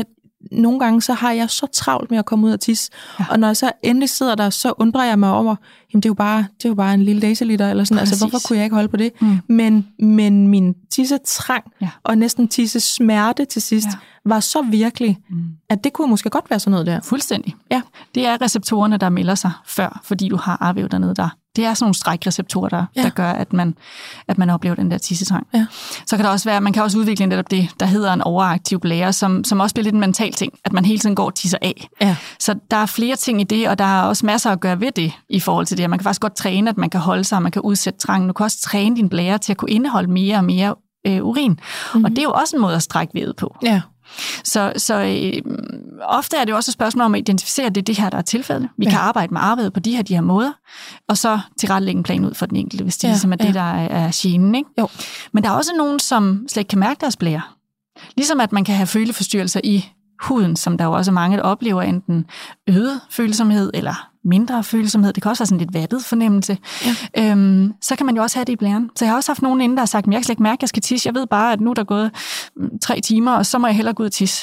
nogle gange så har jeg så travlt med at komme ud og tisse, og når jeg så endelig sidder der, så undrer jeg mig over, jamen det er jo bare en lille deciliter, eller sådan, altså hvorfor kunne jeg ikke holde på det? Men min tissetrang og næsten tissesmerte til sidst var så virkelig, at det kunne måske godt være sådan noget der. Fuldstændig. Ja. Det er receptorerne, der melder sig før, fordi du har arvæv dernede der. Det er sådan nogle strækreceptorer, der gør, at man oplever den der tissetrang. Ja. Så kan der også være, man kan også udvikle netop det, der hedder en overaktiv blære, som også bliver lidt en mental ting, at man hele tiden går og tisser af. Ja. Så der er flere ting i det, og der er også masser at gøre ved det i forhold til det. Man kan faktisk godt træne, at man kan holde sig, og man kan udsætte trangen. Du kan også træne din blære til at kunne indeholde mere og mere urin. Og det er jo også en måde at strække vævet på. Ja. Så ofte er det jo også et spørgsmål om at identificere, det her, der er tilfældet. Vi kan arbejde med arbejdet på de her måder, og så tilrettelægge en plan ud for den enkelte, hvis det ligesom er det, der er genen. Ikke? Jo. Men der er også nogen, som slet ikke kan mærke deres blære. Ligesom at man kan have føleforstyrrelser i huden, som der jo også er mange, der oplever enten øget følsomhed eller mindre følsomhed. Det kan også være sådan lidt vattet fornemmelse. Ja. Så kan man jo også have det i blæren. Så jeg har også haft nogen inden, der har sagt, at jeg kan slet ikke mærke, at jeg skal tisse. Jeg ved bare, at nu er der gået 3 timer, og så må jeg hellere gå ud og tisse.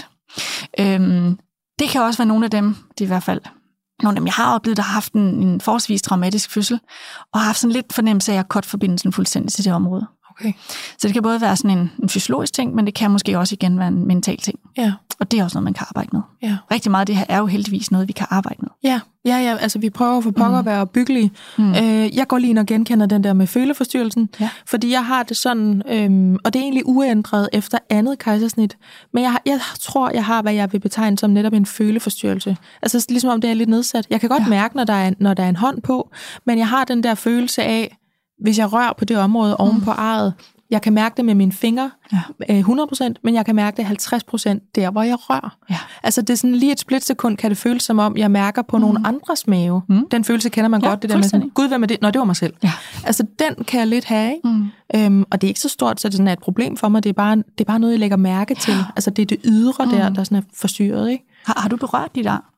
Det kan også være nogle af dem, det er i hvert fald nogle af dem, jeg har oplevet, der har haft en forholdsvis traumatisk fødsel, og har haft sådan lidt fornemmelse af, at jeg har cut forbindelsen fuldstændig til det område. Okay. Så det kan både være sådan en fysiologisk ting, men det kan måske også igen være en mental ting. Ja. Og det er også noget, man kan arbejde med. Ja. Rigtig meget af det her er jo heldigvis noget, vi kan arbejde med. Ja, altså vi prøver for pokker at være opbyggelige. Jeg går lige ind og genkender den der med føleforstyrrelsen, fordi jeg har det sådan, og det er egentlig uændret efter andet kejsersnit, men jeg tror, jeg har, hvad jeg vil betegne som netop en føleforstyrrelse. Altså ligesom om det er lidt nedsat. Jeg kan godt mærke, når der er en hånd på, men jeg har den der følelse af, hvis jeg rører på det område oven på arret, jeg kan mærke det med mine fingre 100%, men jeg kan mærke det 50% der, hvor jeg rører. Ja. Altså det er sådan lige et splitsekund, kan det føles som om, jeg mærker på nogle andres mave. Den følelse kender man godt, det der med sådan, gud, hvad med det? Nå, det var mig selv. Ja. Altså den kan jeg lidt have, ikke? Og det er ikke så stort, så det sådan er et problem for mig. Det er bare noget, jeg lægger mærke til. Altså det er det ydre der sådan er forstyrret, ikke? Har du berørt dit arm?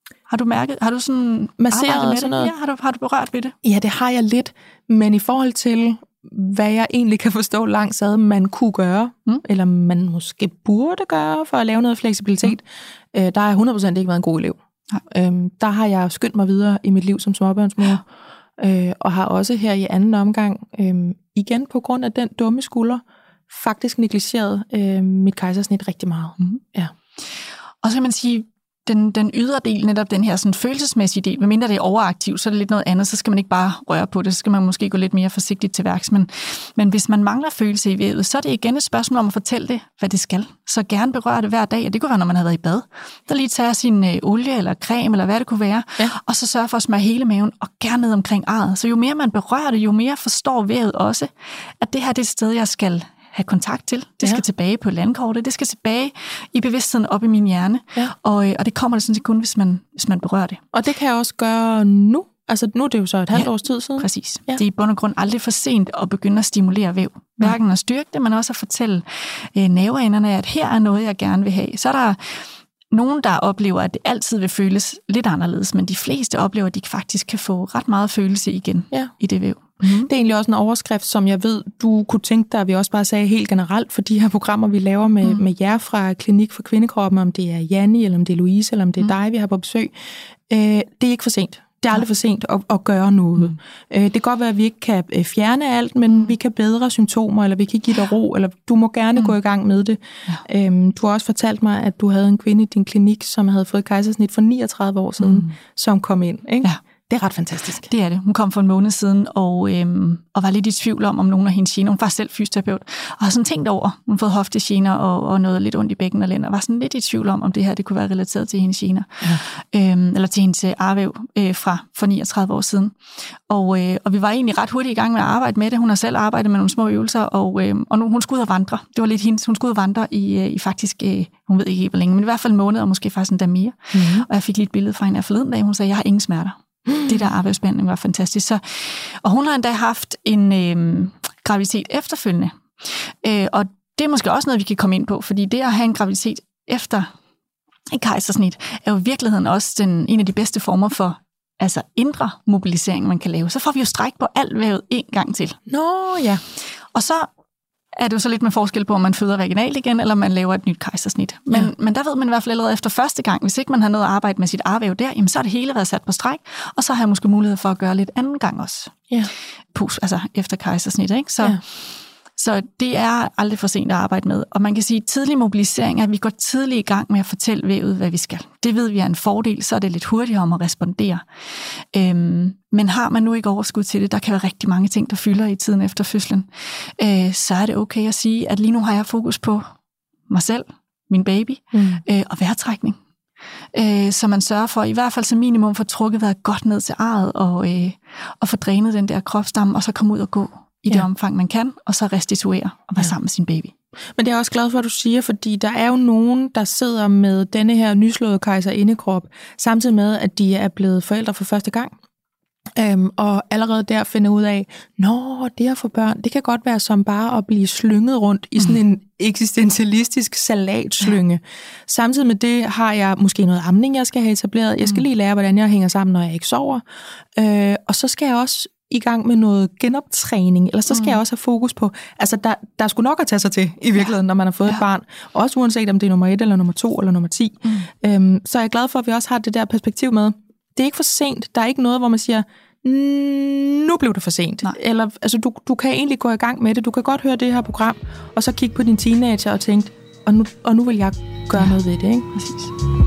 Har du sådan masseret med sådan noget? Ja, har du berørt ved det? Ja, det har jeg lidt, men i forhold til, hvad jeg egentlig kan forstå langt sad, man kunne gøre, eller man måske burde gøre, for at lave noget fleksibilitet, der har 100% ikke været en god elev. Der har jeg skyndt mig videre i mit liv som småbørnsmor, og har også her i anden omgang, igen på grund af den dumme skulder, faktisk negligeret mit kejsersnit rigtig meget. Ja. Og så kan man sige, den ydre del, netop den her sådan følelsesmæssige del, medmindre det er overaktivt, så er det lidt noget andet, så skal man ikke bare røre på det, så skal man måske gå lidt mere forsigtigt til værks. Men hvis man mangler følelse i vævet, så er det igen et spørgsmål om at fortælle det, hvad det skal. Så gerne berøre det hver dag, og det kunne være, når man har været i bad. Der lige tager sin olie eller creme, eller hvad det kunne være, og så sørge for at smøre hele maven, og gerne ned omkring arret. Så jo mere man berører det, jo mere forstår vævet også, at det her det er et sted, jeg skal have kontakt til. Det skal tilbage på landkortet. Det skal tilbage i bevidstheden op i min hjerne. Ja. Og det kommer det sådan set kun, hvis man berører det. Og det kan jeg også gøre nu. Altså nu er det jo så et halvt års tid siden. Præcis. Ja. Det er i bund og grund aldrig for sent at begynde at stimulere væv. Hverken at styrke det, men også at fortælle nerveenderne, at her er noget, jeg gerne vil have. Så er der nogen, der oplever, at det altid vil føles lidt anderledes, men de fleste oplever, at de faktisk kan få ret meget følelse igen i det væv. Det er egentlig også en overskrift, som jeg ved, du kunne tænke dig, at vi også bare sagde helt generelt, for de her programmer, vi laver med jer fra Klinik for Kvindekroppen, om det er Janni, eller om det er Louise, eller om det er dig, vi har på besøg. Det er ikke for sent. Det er aldrig for sent at gøre noget. Det kan godt være, at vi ikke kan fjerne alt, men vi kan bedre symptomer, eller vi kan give dig ro, eller du må gerne gå i gang med det. Ja. Du har også fortalt mig, at du havde en kvinde i din klinik, som havde fået kejsersnit for 39 år siden, som kom ind, ikke? Ja. Det er ret fantastisk. Det er det. Hun kom for en måned siden og var lidt i tvivl om nogle af hendes gener. Hun var selv fysioterapeut og har sådan tænkt over, hun har fået hoftegener og noget lidt ondt i bækken og lænd, og var sådan lidt i tvivl om det her det kunne være relateret til hendes gener. Ja. Eller til hendes arvæv for 39 år siden. Og vi var egentlig ret hurtigt i gang med at arbejde med det. Hun har selv arbejdet med nogle små øvelser, og nu hun skulle ud og vandre. Det var lidt hendes. Hun skulle ud og vandre i faktisk, hun ved ikke helt hvor længe, men i hvert fald en måned, og måske faktisk endda mere. Og jeg fik lige et billede fra hende af forleden dag. Hun sagde, jeg har ingen smerter. Det der arbejdsbehandling var fantastisk. Og hun har endda haft en graviditet efterfølgende. Og det er måske også noget, vi kan komme ind på, fordi det at have en graviditet efter en kejsersnit, er jo i virkeligheden også en af de bedste former for indre mobilisering, man kan lave. Så får vi jo stræk på alt vævet en gang til. Nå ja. Og så er det jo så lidt med forskel på, om man føder vaginalt igen, eller man laver et nyt kejsersnit. Men der ved man i hvert fald allerede efter første gang, hvis ikke man har noget at arbejde med sit arvæv der, jamen så er det hele været sat på stræk, og så har jeg måske mulighed for at gøre lidt anden gang også. Ja. Altså efter kejsersnit, ikke? Så det er aldrig for sent at arbejde med. Og man kan sige, at tidlig mobilisering er, at vi går tidligt i gang med at fortælle vævet, hvad vi skal. Det ved vi er en fordel, så er det lidt hurtigere om at respondere. Men har man nu ikke overskud til det, der kan være rigtig mange ting, der fylder i tiden efter fødslen, så er det okay at sige, at lige nu har jeg fokus på mig selv, min baby, og vejrtrækning. Så man sørger for, i hvert fald som minimum, for trukket vejret godt ned til arret, og få drænet den der kropsstamme, og så komme ud og gå i det omfang, man kan, og så restituere og være sammen med sin baby. Men det er også glad for, at du siger, fordi der er jo nogen, der sidder med denne her nyslåede kejserindekrop, samtidig med, at de er blevet forældre for første gang. Og allerede der finder ud af, det at få børn, det kan godt være som bare at blive slynget rundt i sådan en eksistentialistisk salatslynge. Samtidig med det har jeg måske noget amning, jeg skal have etableret. Jeg skal lige lære, hvordan jeg hænger sammen, når jeg ikke sover. Og så skal jeg også i gang med noget genoptræning, eller så skal jeg også have fokus på, altså der er sgu nok at tage sig til i virkeligheden, når man har fået et barn, også uanset om det er nummer 1, eller nummer 2, eller nummer 10. Så er jeg glad for, at vi også har det der perspektiv med. Det er ikke for sent. Der er ikke noget, hvor man siger, nu blev det for sent. Nej. Eller altså, du kan egentlig gå i gang med det. Du kan godt høre det her program, og så kigge på din teenager og tænke, og nu vil jeg gøre noget ved det, ikke? Præcis.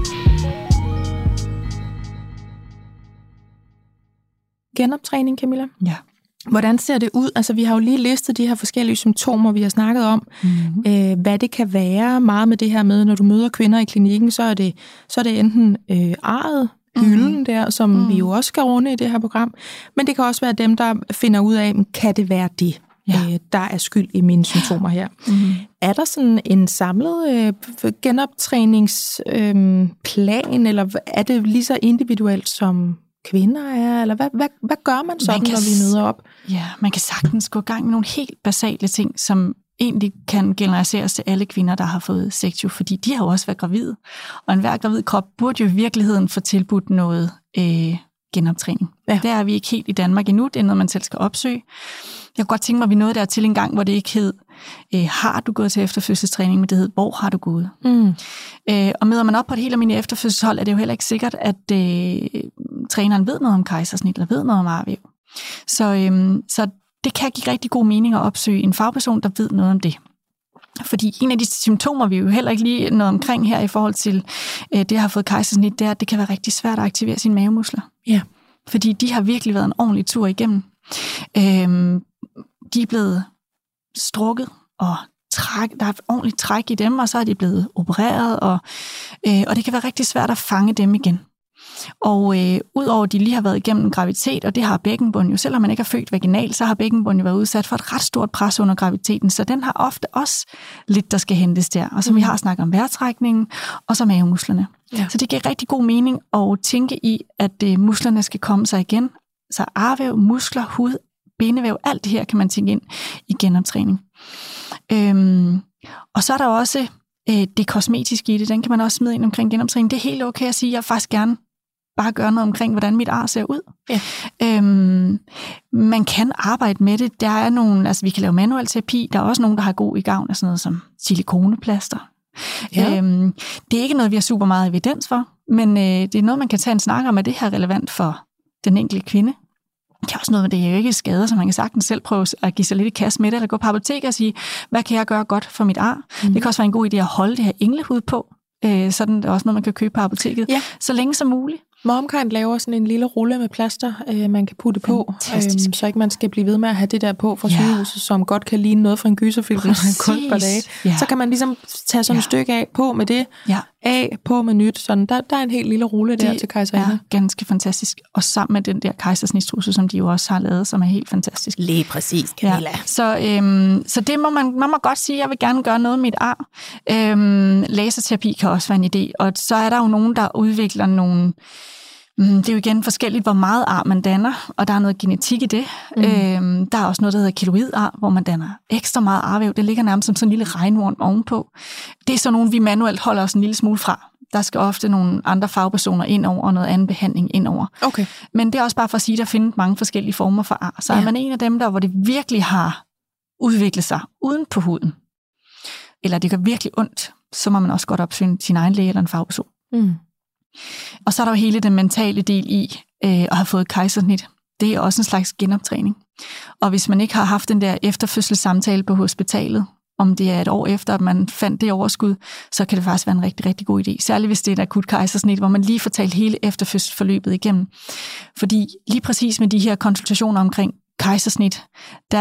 Genoptræning, Camilla? Ja. Hvordan ser det ud? Altså, vi har jo lige listet de her forskellige symptomer, vi har snakket om. Hvad det kan være meget med det her med, når du møder kvinder i klinikken, så er det enten arret, hylden der, som vi jo også skal runde i det her program. Men det kan også være dem, der finder ud af, kan det være det, der er skyld i mine symptomer her. Er der sådan en samlet genoptræningsplan, eller er det lige så individuelt som kvinder er, eller hvad gør man sådan, når vi møder op? Ja, man kan sagtens gå i gang med nogle helt basale ting, som egentlig kan generaliseres til alle kvinder, der har fået sektio, fordi de har jo også været gravide. Og enhver gravid krop burde jo i virkeligheden få tilbudt noget genoptræning. Ja. Der er vi ikke helt i Danmark endnu, det er noget, man selv skal opsøge. Jeg kunne godt tænke mig, at vi nåede der til en gang, hvor det ikke hed, har du gået til efterfødselstræning, men det hed, hvor har du gået? Og møder man op på et helt almindeligt efterfødselshold, er det jo heller ikke sikkert, at træneren ved noget om kejsersnit, eller ved noget om arvæv. Så det kan give rigtig god mening at opsøge en fagperson, der ved noget om det. Fordi en af de symptomer, vi jo heller ikke lige noget omkring her i forhold til det at have fået kejsersnit, det er, at det kan være rigtig svært at aktivere sine mavemuskler. Ja. Fordi de har virkelig været en ordentlig tur igennem. De er blevet strukket, og der er et ordentligt træk i dem, og så er de blevet opereret, og det kan være rigtig svært at fange dem igen. Og udover at de lige har været igennem en graviditet, og det har bækkenbunden jo, selvom man ikke har født vaginalt, så har bækkenbunden jo været udsat for et ret stort pres under graviditeten, så den har ofte også lidt, der skal hentes der. Og som vi har snakket om vejrtrækningen, og så mavemusklerne. Ja. Så det giver rigtig god mening at tænke i, at musklerne skal komme sig igen. Så arvæv, muskler, hud, bindevæv, alt det her kan man tænke ind i genoptræning. Og så er der også det kosmetiske i det, den kan man også smide ind omkring genoptræning. Det er helt okay at sige, at jeg faktisk gerne bare gøre noget omkring, hvordan mit ar ser ud. Ja. Man kan arbejde med det. Der er nogle, altså vi kan lave manuel terapi. Der er også nogen, der har god i gavn af sådan noget som silikoneplaster. Ja. Det er ikke noget, vi har super meget evidens for, men det er noget, man kan tage en snak om, at det her er relevant for den enkelte kvinde. Det er også noget, det er jo ikke skader, så man kan sagtens selv prøve at give sig lidt i kast med det, eller gå på apoteket og sige, hvad kan jeg gøre godt for mit ar? Det kan også være en god idé at holde det her englehud på, sådan det er også noget, man kan købe på apoteket, så længe som muligt. MomKind laver sådan en lille rulle med plaster, man kan putte på, så ikke man skal blive ved med at have det der på fra sygehuset, som godt kan ligne noget fra en gyserfilm, når man kun et par dage. Ja. Så kan man ligesom tage sådan et stykke af på med det, af på med nyt. Sådan, der er en helt lille rulle der til kejserinde. Det er ganske fantastisk. Og sammen med den der kejsersnitstrusse, som de jo også har lavet, som er helt fantastisk. Lige præcis, Camilla. Ja. Så det må man må godt sige, jeg vil gerne gøre noget med mit ar. Laserterapi kan også være en idé. Og så er der jo nogen, der udvikler nogle... Det er jo igen forskelligt, hvor meget ar man danner, og der er noget genetik i det. Der er også noget, der hedder keloidarr, hvor man danner ekstra meget arvæv. Det ligger nærmest som sådan en lille regnvorm ovenpå. Det er så nogle, vi manuelt holder os en lille smule fra. Der skal ofte nogle andre fagpersoner ind over, og noget anden behandling ind over. Okay. Men det er også bare for at sige, at der findes mange forskellige former for ar. Så er man en af dem, der hvor det virkelig har udvikle sig uden på huden, eller det gør virkelig ondt, så må man også godt opsøge sin egen læge eller en fagperson. Og så er der jo hele den mentale del i at have fået kejsersnit. Det er også en slags genoptræning. Og hvis man ikke har haft den der efterfødselssamtale på hospitalet, om det er et år efter, at man fandt det overskud, så kan det faktisk være en rigtig, rigtig god idé. Særligt hvis det er et akut kejsersnit, hvor man lige får talt hele efterfødselsforløbet igennem. Fordi lige præcis med de her konsultationer omkring kejsersnit, der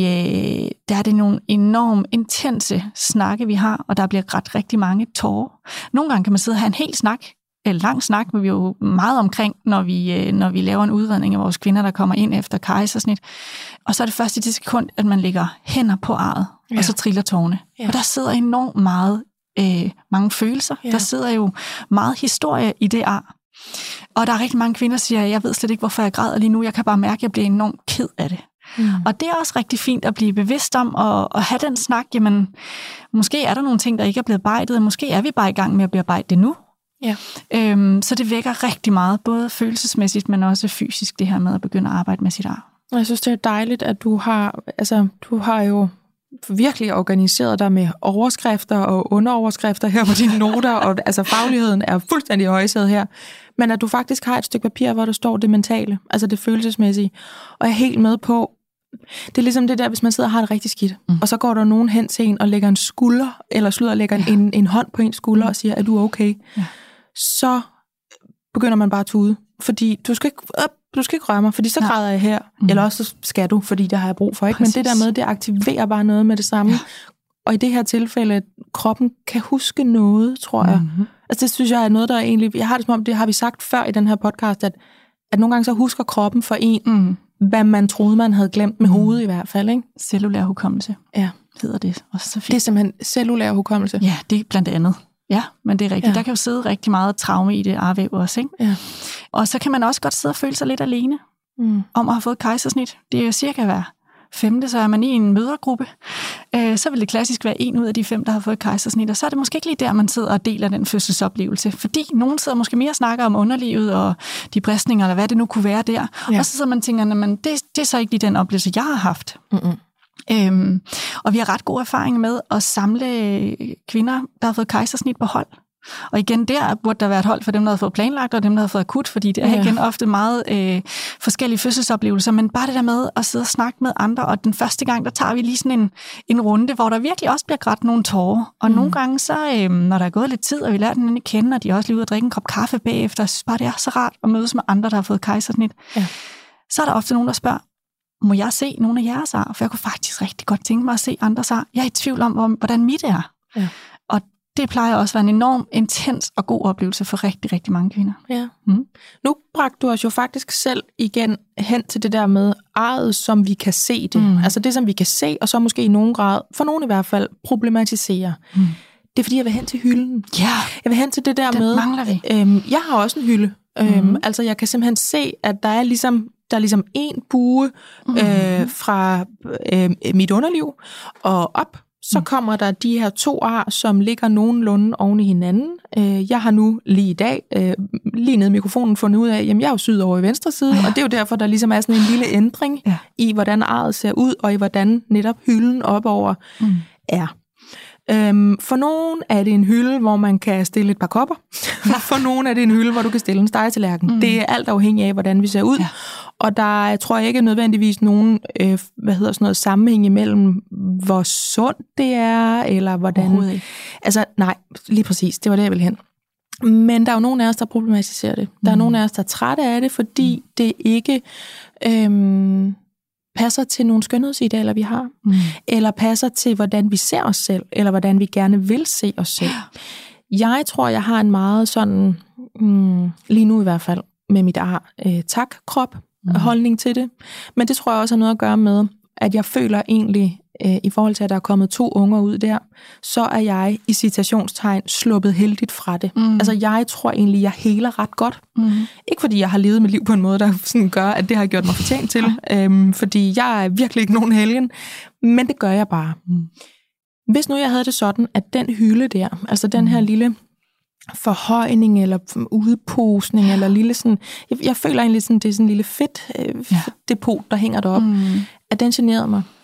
er det nogle enormt intense snakke, vi har, og der bliver grædt rigtig mange tårer. Nogle gange kan man sidde og have en hel snak, en lang snak, men vi er jo meget omkring, når vi laver en udredning af vores kvinder, der kommer ind efter kejsersnit. Og så er det først i det sekund, at man lægger hænder på arret, og så triller tårerne. Ja. Og der sidder enormt meget, mange følelser. Ja. Der sidder jo meget historie i det ar. Og der er rigtig mange kvinder, der siger, jeg ved slet ikke, hvorfor jeg græder lige nu. Jeg kan bare mærke, at jeg bliver enormt ked af det. Og det er også rigtig fint at blive bevidst om at have den snak. Jamen, måske er der nogle ting, der ikke er blevet bearbejdet, og måske er vi bare i gang med at bearbejde det nu. Ja. Så det vækker rigtig meget, både følelsesmæssigt, men også fysisk, det her med at begynde at arbejde med sit ar. Jeg synes, det er dejligt, at du har jo virkelig organiseret dig med overskrifter og underoverskrifter her på dine noter, og altså fagligheden er fuldstændig i højsædet her, men at du faktisk har et stykke papir, hvor der står det mentale, altså det følelsesmæssige, og jeg er helt med på, det er ligesom det der, hvis man sidder og har det rigtig skidt, og så går der nogen hen til en og lægger en skulder, eller lægger en hånd på en skulder og siger, er du okay? Ja. Så begynder man bare at tude, fordi du skal ikke røre mig, fordi så græder jeg her, eller også skal du, fordi det har jeg brug for, ikke? Men det der med, det aktiverer bare noget med det samme, og i det her tilfælde, kroppen kan huske noget, tror jeg. Altså det synes jeg er noget, der egentlig, jeg har det som om, det har vi sagt før i den her podcast, at nogle gange så husker kroppen for en, hvad man troede, man havde glemt med hovedet i hvert fald, ikke? Cellulær hukommelse, hedder det. Også så fint. Det er simpelthen cellulær hukommelse. Ja, det er blandt andet. Ja, men det er rigtigt. Ja. Der kan jo sidde rigtig meget traume i det arvæv også, ikke? Ja. Og så kan man også godt sidde og føle sig lidt alene om at have fået kejsersnit. Det er jo cirka hver 5., så er man i en mødergruppe. Så vil det klassisk være 1 ud af de 5, der har fået kejsersnit, og så er det måske ikke lige der, man sidder og deler den fødselsoplevelse. Fordi nogen sidder måske mere og snakker om underlivet og de bristninger, eller hvad det nu kunne være der. Ja. Og så sidder man og tænker, men det er så ikke lige den oplevelse, jeg har haft. Og vi har ret god erfaring med at samle kvinder, der har fået kejsersnit på hold. Og igen, der burde der være et hold for dem, der har fået planlagt, og dem, der har fået akut, fordi det er igen ofte meget forskellige fødselsoplevelser, men bare det der med at sidde og snakke med andre, og den første gang, der tager vi lige sådan en runde, hvor der virkelig også bliver grædt nogle tårer. Og nogle gange, så når der er gået lidt tid, og vi lærer den at kende, og de er også lige ude at drikke en kop kaffe bagefter, så bare det er så rart at mødes med andre, der har fået kejsersnit. Ja. Så er der ofte nogen, der spørger, må jeg se nogle af jeres ar? For jeg kunne faktisk rigtig godt tænke mig at se andres ar. Jeg er i tvivl om, hvordan mit er. Ja. Og det plejer også at være en enorm intens og god oplevelse for rigtig, rigtig mange kvinder. Ja. Nu bragte du os jo faktisk selv igen hen til det der med arret, som vi kan se det. Altså det, som vi kan se, og så måske i nogen grad, for nogen i hvert fald, problematisere. Det er fordi, jeg vil hen til hylden. Ja. Jeg vil hen til det der den med... mangler vi. Jeg har også en hylde. Altså jeg kan simpelthen se, at der er ligesom en bue fra mit underliv og op. Så kommer der de her 2 ar, som ligger nogenlunde oven i hinanden. Jeg har nu lige i dag, lige nede i mikrofonen, fundet ud af, jamen jeg er jo syd over i venstre side, og det er jo derfor, der ligesom er sådan en lille ændring i, hvordan arret ser ud, og i hvordan netop hylden opover er. For nogen er det en hylde, hvor man kan stille et par kopper. For nogen er det en hylde, hvor du kan stille en stegetallerken. Det er alt afhængig af, hvordan vi ser ud. Ja. Og der tror jeg ikke nødvendigvis nogen sammenhæng imellem, hvor sundt det er, eller hvordan... Altså, nej, lige præcis, det var det, jeg ville hen. Men der er jo nogen af os, der problematiserer det. Der er nogen af os, der er trætte af det, fordi det ikke... passer til nogle skønhedsidealer, vi har, eller passer til, hvordan vi ser os selv, eller hvordan vi gerne vil se os selv. Jeg tror, jeg har en meget sådan, lige nu i hvert fald, med mit tak-krop, holdning til det. Men det tror jeg også har noget at gøre med, at jeg føler egentlig, i forhold til, at der er kommet 2 unger ud der, så er jeg i citationstegn sluppet heldigt fra det. Altså jeg tror egentlig, jeg heler ret godt. Ikke fordi jeg har levet mit liv på en måde, der sådan gør, at det har gjort mig fortjent til. Fordi jeg er virkelig ikke nogen helgen. Men det gør jeg bare. Hvis nu jeg havde det sådan, at den hylde der, altså den her lille forhøjning eller udposning eller lille sådan, jeg føler egentlig sådan, det er sådan en lille fedt depot, der hænger deroppe, at den generede mig.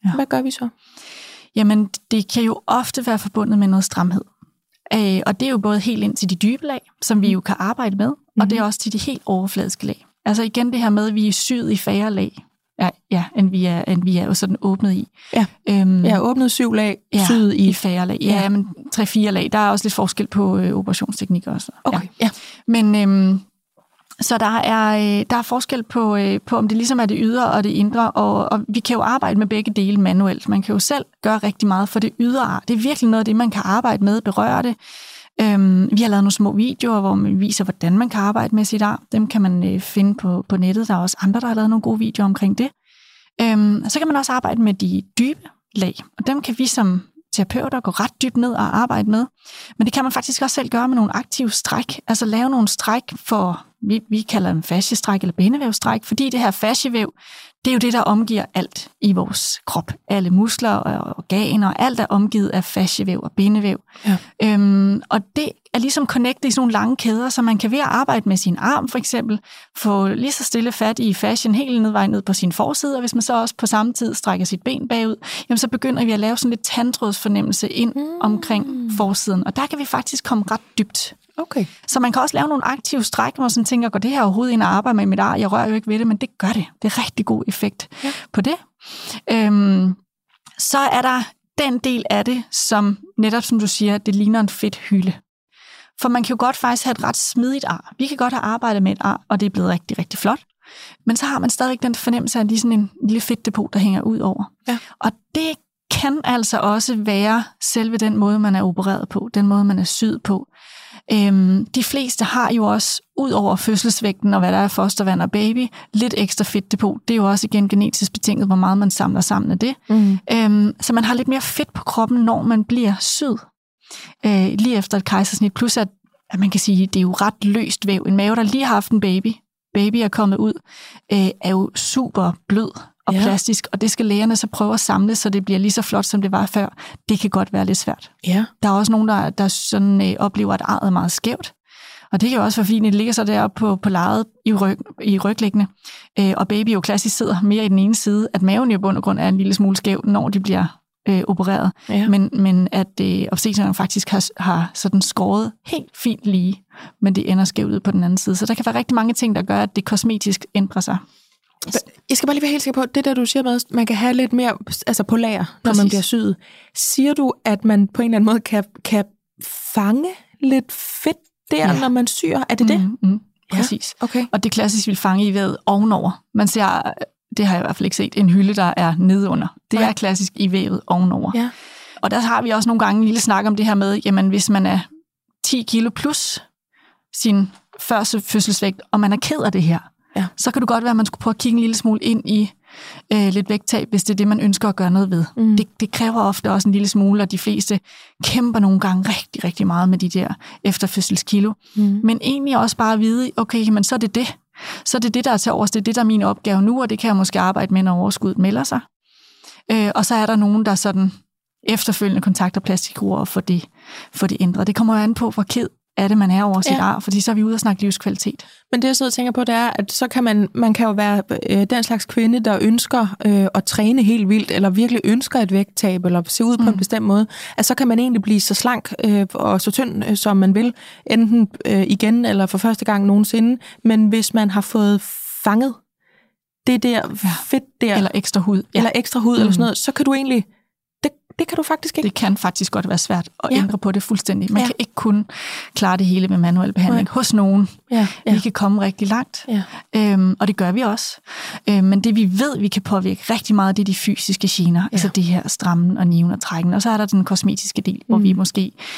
Ja. Hvad gør vi så? Jamen, det kan jo ofte være forbundet med noget stramhed. Og det er jo både helt ind til de dybe lag, som vi jo kan arbejde med, og det er også til de helt overfladiske lag. Altså igen det her med, at vi er syet i færre lag, end vi er jo sådan åbnet i. Ja, åbnet 7 lag, syet i færre lag. Ja, men 3-4 lag. Der er også lidt forskel på operationsteknikker også. Okay, ja. Men så der er forskel på, om det ligesom er det ydre og det indre, og vi kan jo arbejde med begge dele manuelt. Man kan jo selv gøre rigtig meget for det ydre ar. Det er virkelig noget af det, man kan arbejde med, berøre det. Vi har lavet nogle små videoer, hvor man viser, hvordan man kan arbejde med sit ar. Dem kan man finde på nettet. Der er også andre, der har lavet nogle gode videoer omkring det. Så kan man også arbejde med de dybe lag, og dem kan vi som terapeuter gå ret dybt ned og arbejde med. Men det kan man faktisk også selv gøre med nogle aktive stræk. Altså lave nogle stræk for, vi kalder dem fasciestræk eller bindevævstræk, fordi det her fascievæv, det er jo det, der omgiver alt i vores krop. Alle muskler og organer, alt er omgivet af fascievæv og bindevæv. Ja. Og det er ligesom connectet i sådan nogle lange kæder, så man kan ved at arbejde med sin arm for eksempel, få lige så stille fat i fascien helt ned på sin forside, og hvis man så også på samme tid strækker sit ben bagud, jamen så begynder vi at lave sådan lidt tandtrådsfornemmelse ind omkring forsiden, og der kan vi faktisk komme ret dybt. Okay. Så man kan også lave nogle aktive stræk, hvor man sådan tænker, går det her overhovedet ind og arbejde med mit ar? Jeg rører jo ikke ved det, men det gør det. Det er rigtig god effekt på det. Så er der den del af det, som netop som du siger, det ligner en fedt hylde. For man kan jo godt faktisk have et ret smidigt ar. Vi kan godt have arbejdet med et ar, og det er blevet rigtig, rigtig flot. Men så har man stadig den fornemmelse af lige sådan en lille fedtdepot, der hænger ud over. Ja. Og det kan altså også være selve den måde, man er opereret på, den måde, man er syet på. De fleste har jo også, ud over fødselsvægten og hvad der er fostervand og baby, lidt ekstra fedtdepot. Det er jo også igen genetisk betinget, hvor meget man samler sammen af det. Så man har lidt mere fedt på kroppen, når man bliver syet. Lige efter et kejsersnit, plus at man kan sige, det er jo ret løst væv. En mave, der lige har haft en baby er kommet ud, er jo super blød og plastisk, og det skal lægerne så prøve at samle, så det bliver lige så flot, som det var før. Det kan godt være lidt svært. Ja. Der er også nogen, der sådan, oplever, at arret er meget skævt, og det kan jo også være, fordi det ligger så deroppe på lejet i ryglæggende, og baby jo klassisk sidder mere i den ene side, at maven i bund og grund er en lille smule skæv, når de bliver opereret, men at obsteterne faktisk har sådan skåret helt fint lige, men det ender skævt ud på den anden side. Så der kan være rigtig mange ting, der gør, at det kosmetisk ændrer sig. Jeg skal bare lige være helt sikker på, det der du siger med, at man kan have lidt mere på lager, når man bliver syet. Siger du, at man på en eller anden måde kan fange lidt fedt der, når man syr? Er det det? Præcis. Okay. Og det klassisk vil fange i vævet ovenover. Man ser, det har jeg i hvert fald ikke set, en hylde, der er nedunder. Det er klassisk i vævet ovenover. Ja. Og der har vi også nogle gange en lille snak om det her med, jamen hvis man er 10 kilo plus sin første fødselsvægt, og man er ked af det her, så kan det godt være, at man skulle prøve at kigge en lille smule ind i lidt vægttab, hvis det er det, man ønsker at gøre noget ved. Det kræver ofte også en lille smule, og de fleste kæmper nogle gange rigtig, rigtig meget med de der efterfødselskilo. Men egentlig også bare at vide, okay, men så er det det. Så er det det, der er til overs. Det er det, der er min opgave nu, og det kan jeg måske arbejde med, når overskuddet melder sig. Og så er der nogen, der sådan efterfølgende kontakter plastikkirurger og får det ændret. Det kommer jo an på, hvor ked er det, man er over sit ar, fordi så er vi ude og snakke livskvalitet. Men det, jeg sidder og tænker på, det er, at så kan man kan jo være den slags kvinde, der ønsker at træne helt vildt, eller virkelig ønsker et vægttab, eller se ud på en bestemt måde, at så kan man egentlig blive så slank og så tynd, som man vil, enten igen, eller for første gang nogensinde. Men hvis man har fået fanget det der fedt der, eller ekstra hud, eller sådan noget, så kan du egentlig... Det kan du faktisk ikke. Det kan faktisk godt være svært at ændre på det fuldstændig. Man kan ikke kun klare det hele med manuel behandling hos nogen. Vi kan komme rigtig langt, og det gør vi også. Men det vi ved, vi kan påvirke rigtig meget, det er de fysiske gener, altså det her strammen og niven og trækken. Og så er der den kosmetiske del, hvor vi måske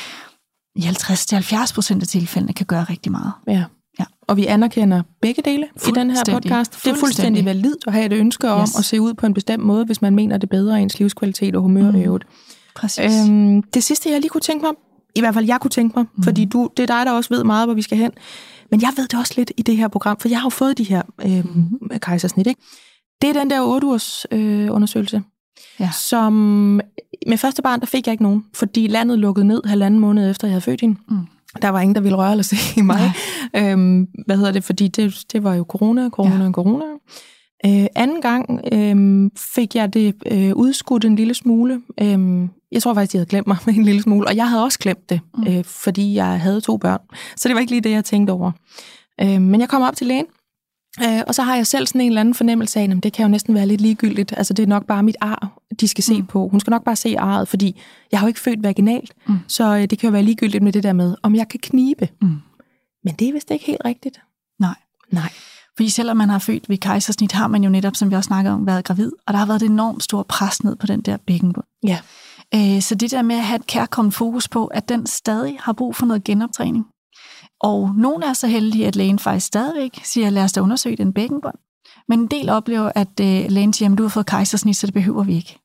i 50-70% af tilfældene kan gøre rigtig meget. Ja. Og vi anerkender begge dele i den her podcast. Det er fuldstændig validt at have et ønske om at se ud på en bestemt måde, hvis man mener, det bedre ens livskvalitet og humør i øvrigt. Præcis. Det sidste, jeg lige kunne tænke mig, i hvert fald jeg kunne tænke mig, fordi det er dig, der også ved meget, hvor vi skal hen. Men jeg ved det også lidt i det her program, for jeg har jo fået de her kejsersnit, ikke? Det er den der 8-ugers undersøgelse, som med første barn, der fik jeg ikke nogen, fordi landet lukkede ned 1,5 måned efter, jeg havde født hende. Der var ingen, der ville røre eller se i mig. Fordi det var jo corona. Anden gang fik jeg det udskudt en lille smule. Jeg tror faktisk, de havde glemt mig en lille smule, og jeg havde også glemt det, fordi jeg havde 2 børn. Så det var ikke lige det, jeg tænkte over. Men jeg kom op til lægen, og så har jeg selv sådan en eller anden fornemmelse af, at det kan jo næsten være lidt ligegyldigt. Altså det er nok bare mit ar, de skal se på. Hun skal nok bare se arret, fordi jeg har jo ikke født vaginalt, så det kan jo være ligegyldigt med det der med, om jeg kan knibe. Men det er vist ikke helt rigtigt. Nej. Fordi selvom man har født ved kejsersnit, har man jo netop, som vi også snakker om, været gravid, og der har været et enormt stort pres ned på den der bækkenbund. Ja. Så det der med at have et kærkomment fokus på, at den stadig har brug for noget genoptræning. Og nogle er så heldige, at lægen faktisk stadigvæk siger, lad os da undersøge den bækkenbund. Men en del oplever, at lægen siger, at du har fået kejsersnit, så det behøver vi ikke.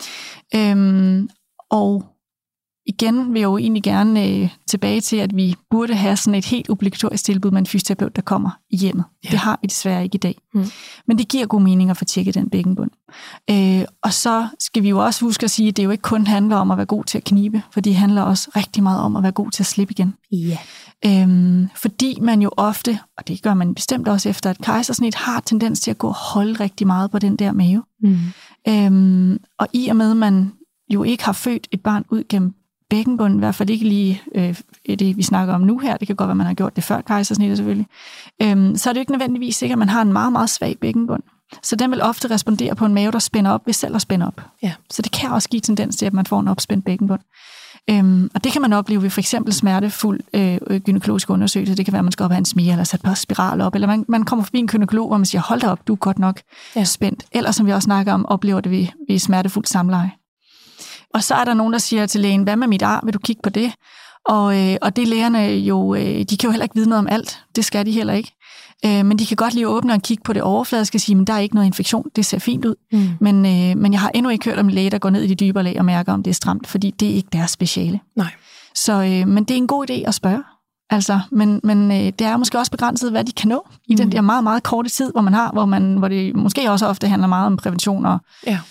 Og igen vil jeg jo egentlig gerne tilbage til, at vi burde have sådan et helt obligatorisk tilbud med en fysioterapeut, der kommer i hjemmet. Ja. Det har vi desværre ikke i dag. Men det giver god mening at få tjekket den bækkenbund. Og så skal vi jo også huske at sige, at det jo ikke kun handler om at være god til at knibe, for det handler også rigtig meget om at være god til at slippe igen. Ja. Fordi man jo ofte, og det gør man bestemt også efter et kejsersnit, har tendens til at gå og holde rigtig meget på den der mave. Og i og med, at man jo ikke har født et barn ud gennem bækkenbunden, i hvert fald ikke lige det, vi snakker om nu her, det kan godt være, man har gjort det før kejsersnittet selvfølgelig, så er det jo ikke nødvendigvis sikkert, at man har en meget, meget svag bækkenbund. Så den vil ofte respondere på en mave, der spænder op, hvis selv at spænde op. Ja. Så det kan også give tendens til, at man får en opspændt bækkenbund. Og det kan man opleve ved for eksempel smertefuld gynækologisk undersøgelse. Det kan være, at man skal op have en smire eller sætte på spiral op, eller man kommer forbi en gynækolog, hvor man siger, hold da op, du er godt nok spændt. Eller som vi også snakker om, oplever det ved smertefuldt samleje. Og så er der nogen, der siger til lægen, hvad med mit ar, vil du kigge på det? Og det lægerne jo, de kan jo heller ikke vide noget om alt. Det skal de heller ikke. Men de kan godt lige åbne og kigge på det overfladiske og sige, men der er ikke noget infektion, det ser fint ud. Men jeg har endnu ikke hørt om en læge, der går ned i de dybere lag og mærker, om det er stramt, fordi det er ikke deres speciale. Nej. Så, men det er en god idé at spørge. Altså, men det er måske også begrænset, hvad de kan nå i den der meget, meget korte tid, hvor det måske også ofte handler meget om prævention og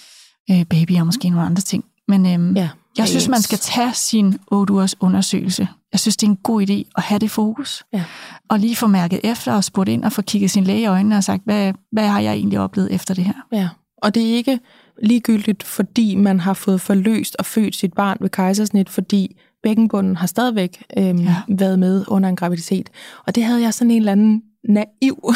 baby og måske nogle andre ting. Men jeg synes, man skal tage sin 8 ugers undersøgelse. Jeg synes, det er en god idé at have det fokus. Ja. Og lige få mærket efter og spurgt ind og få kigget sin læge i øjnene og sagt, hvad har jeg egentlig oplevet efter det her? Ja, og det er ikke ligegyldigt, fordi man har fået forløst og født sit barn ved kejsersnit, fordi bækkenbunden har stadigvæk været med under en graviditet. Og det havde jeg sådan en eller anden naiv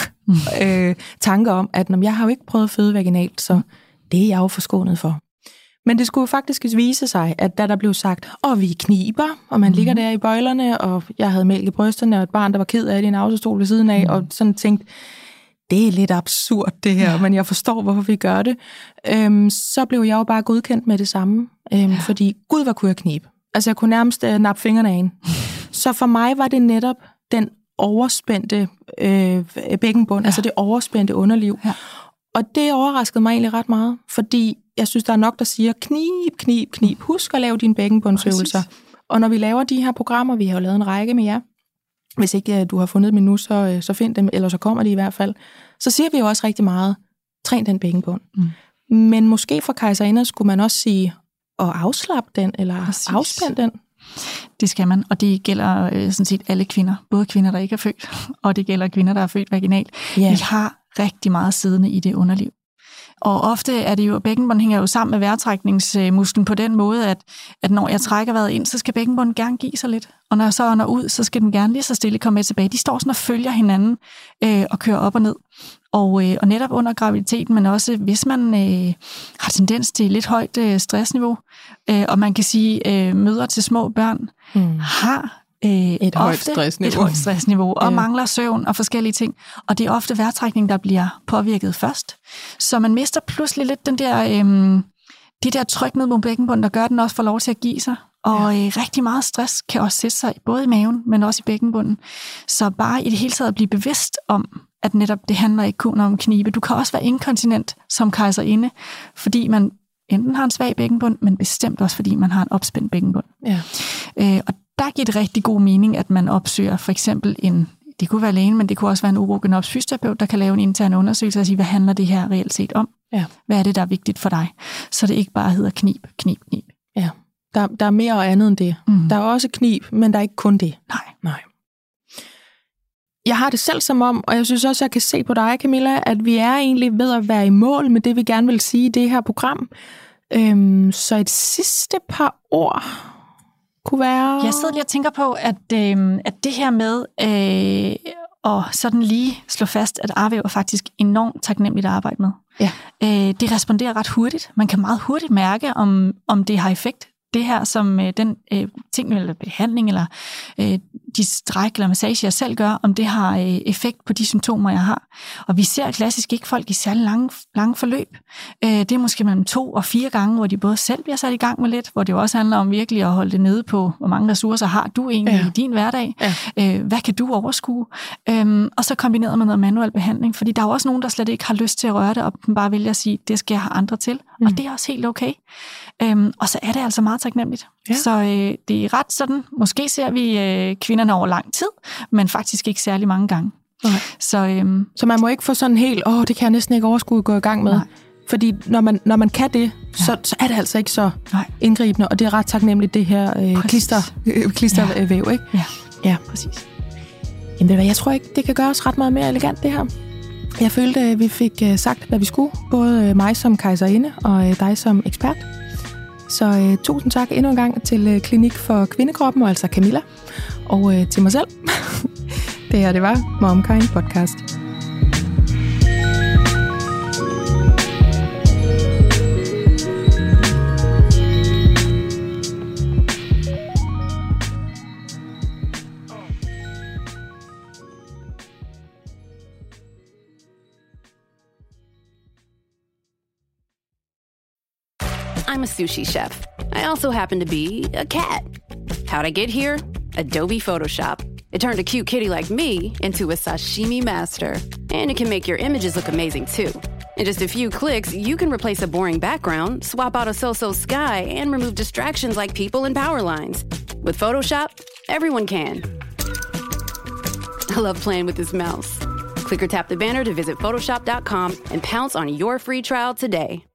tanke om, at jeg har jo ikke prøvet at føde vaginalt, så det er jeg jo forskånet for. Men det skulle faktisk vise sig, at da der blev sagt, vi kniber, og man ligger der i bøjlerne, og jeg havde mælk i brysterne, og et barn, der var ked af det i en autostol ved siden af, og sådan tænkte, det er lidt absurd det her, men jeg forstår, hvorfor vi gør det. Så blev jeg jo bare godkendt med det samme, fordi gud, hvor kunne jeg knibe. Altså jeg kunne nærmest nappe fingrene af en. Så for mig var det netop den overspændte bækkenbund, altså det overspændte underliv. Ja. Og det overraskede mig egentlig ret meget, fordi jeg synes, der er nok, der siger, knib, husk at lave dine bækkenbundsøvelser. Og når vi laver de her programmer, vi har jo lavet en række med jer, hvis ikke du har fundet dem endnu, så find dem, eller så kommer de i hvert fald, så siger vi jo også rigtig meget, træn den bækkenbund. Men måske for kejserinder skulle man også sige, at afslappe den, eller afspænde den. Det skal man, og det gælder sådan set alle kvinder, både kvinder, der ikke er født, og det gælder kvinder, der er født vaginalt. Yeah. Vi har rigtig meget siddende i det underliv. Og ofte er det jo, bækkenbunden hænger jo sammen med vejrtrækningsmusklen på den måde, at når jeg trækker vejret ind, så skal bækkenbunden gerne give sig lidt. Og når jeg så ånder ud, så skal den gerne lige så stille komme med tilbage. De står sådan og følger hinanden og kører op og ned. Og netop under graviditeten, men også hvis man har tendens til lidt højt stressniveau, og man kan sige, mødre til små børn har et højt stressniveau og mangler søvn og forskellige ting. Og det er ofte vejrtrækning, der bliver påvirket først. Så man mister pludselig lidt den der, det der tryk ned mod bækkenbunden, der gør, den også får lov til at give sig. Og rigtig meget stress kan også sætte sig både i maven, men også i bækkenbunden. Så bare i det hele taget at blive bevidst om, at netop det handler ikke kun om knibe. Du kan også være inkontinent som kejserinde, fordi man enten har en svag bækkenbund, men bestemt også fordi man har en opspændt bækkenbund. Ja. Og der giver det rigtig god mening, at man opsøger for eksempel det kunne være lægen, men det kunne også være en urogynækolog fysioterapeut, der kan lave en intern undersøgelse og sige, hvad handler det her reelt set om? Ja. Hvad er det, der er vigtigt for dig? Så det ikke bare hedder knib. Ja, der er mere og andet end det. Der er også knib, men der er ikke kun det. Nej. Jeg har det selv som om, og jeg synes også, jeg kan se på dig, Camilla, at vi er egentlig ved at være i mål med det, vi gerne vil sige i det her program. Så et sidste par ord kunne være... Jeg sidder lige og tænker på, at det her med at sådan lige slå fast, at Arvæv er faktisk enormt taknemmeligt at arbejde med. Ja. Det responderer ret hurtigt. Man kan meget hurtigt mærke, om det har effekt. Det her som den ting eller behandling eller de stræk eller massage, jeg selv gør, om det har effekt på de symptomer, jeg har. Og vi ser klassisk ikke folk i særlig lange forløb. Det er måske mellem 2 og 4 gange, hvor de både selv bliver sat i gang med lidt, hvor det jo også handler om virkelig at holde det nede på, hvor mange ressourcer har du egentlig i din hverdag. Ja. Hvad kan du overskue? Og så kombineret med noget manuel behandling, fordi der er jo også nogen, der slet ikke har lyst til at røre det, og bare vælger at sige, det skal jeg have andre til. Og det er også helt okay. Og så er det altså meget taknemmeligt. Ja. Så det er ret sådan, måske ser vi kvinderne over lang tid, men faktisk ikke særlig mange gange. Okay. Så man må ikke få sådan helt, det kan jeg næsten ikke overskue at gå i gang med. Nej. Fordi når man kan det, så er det altså ikke så indgribende, og det er ret taknemmeligt, det her klistervæv, ikke? Ja, præcis. Jamen, jeg tror ikke, det kan gøres ret meget mere elegant, det her. Jeg følte, at vi fik sagt, hvad vi skulle. Både mig som kejserinde og dig som ekspert. Så tusind tak endnu en gang til Klinik for Kvindekroppen, og altså Camilla. Og til mig selv. Det her, det var MomKind Podcast. I'm a sushi chef. I also happen to be a cat. How'd I get here? Adobe Photoshop. It turned a cute kitty like me into a sashimi master. And it can make your images look amazing too. In just a few clicks, you can replace a boring background, swap out a so-so sky, and remove distractions like people and power lines. With Photoshop, everyone can. I love playing with this mouse. Click or tap the banner to visit Photoshop.com and pounce on your free trial today.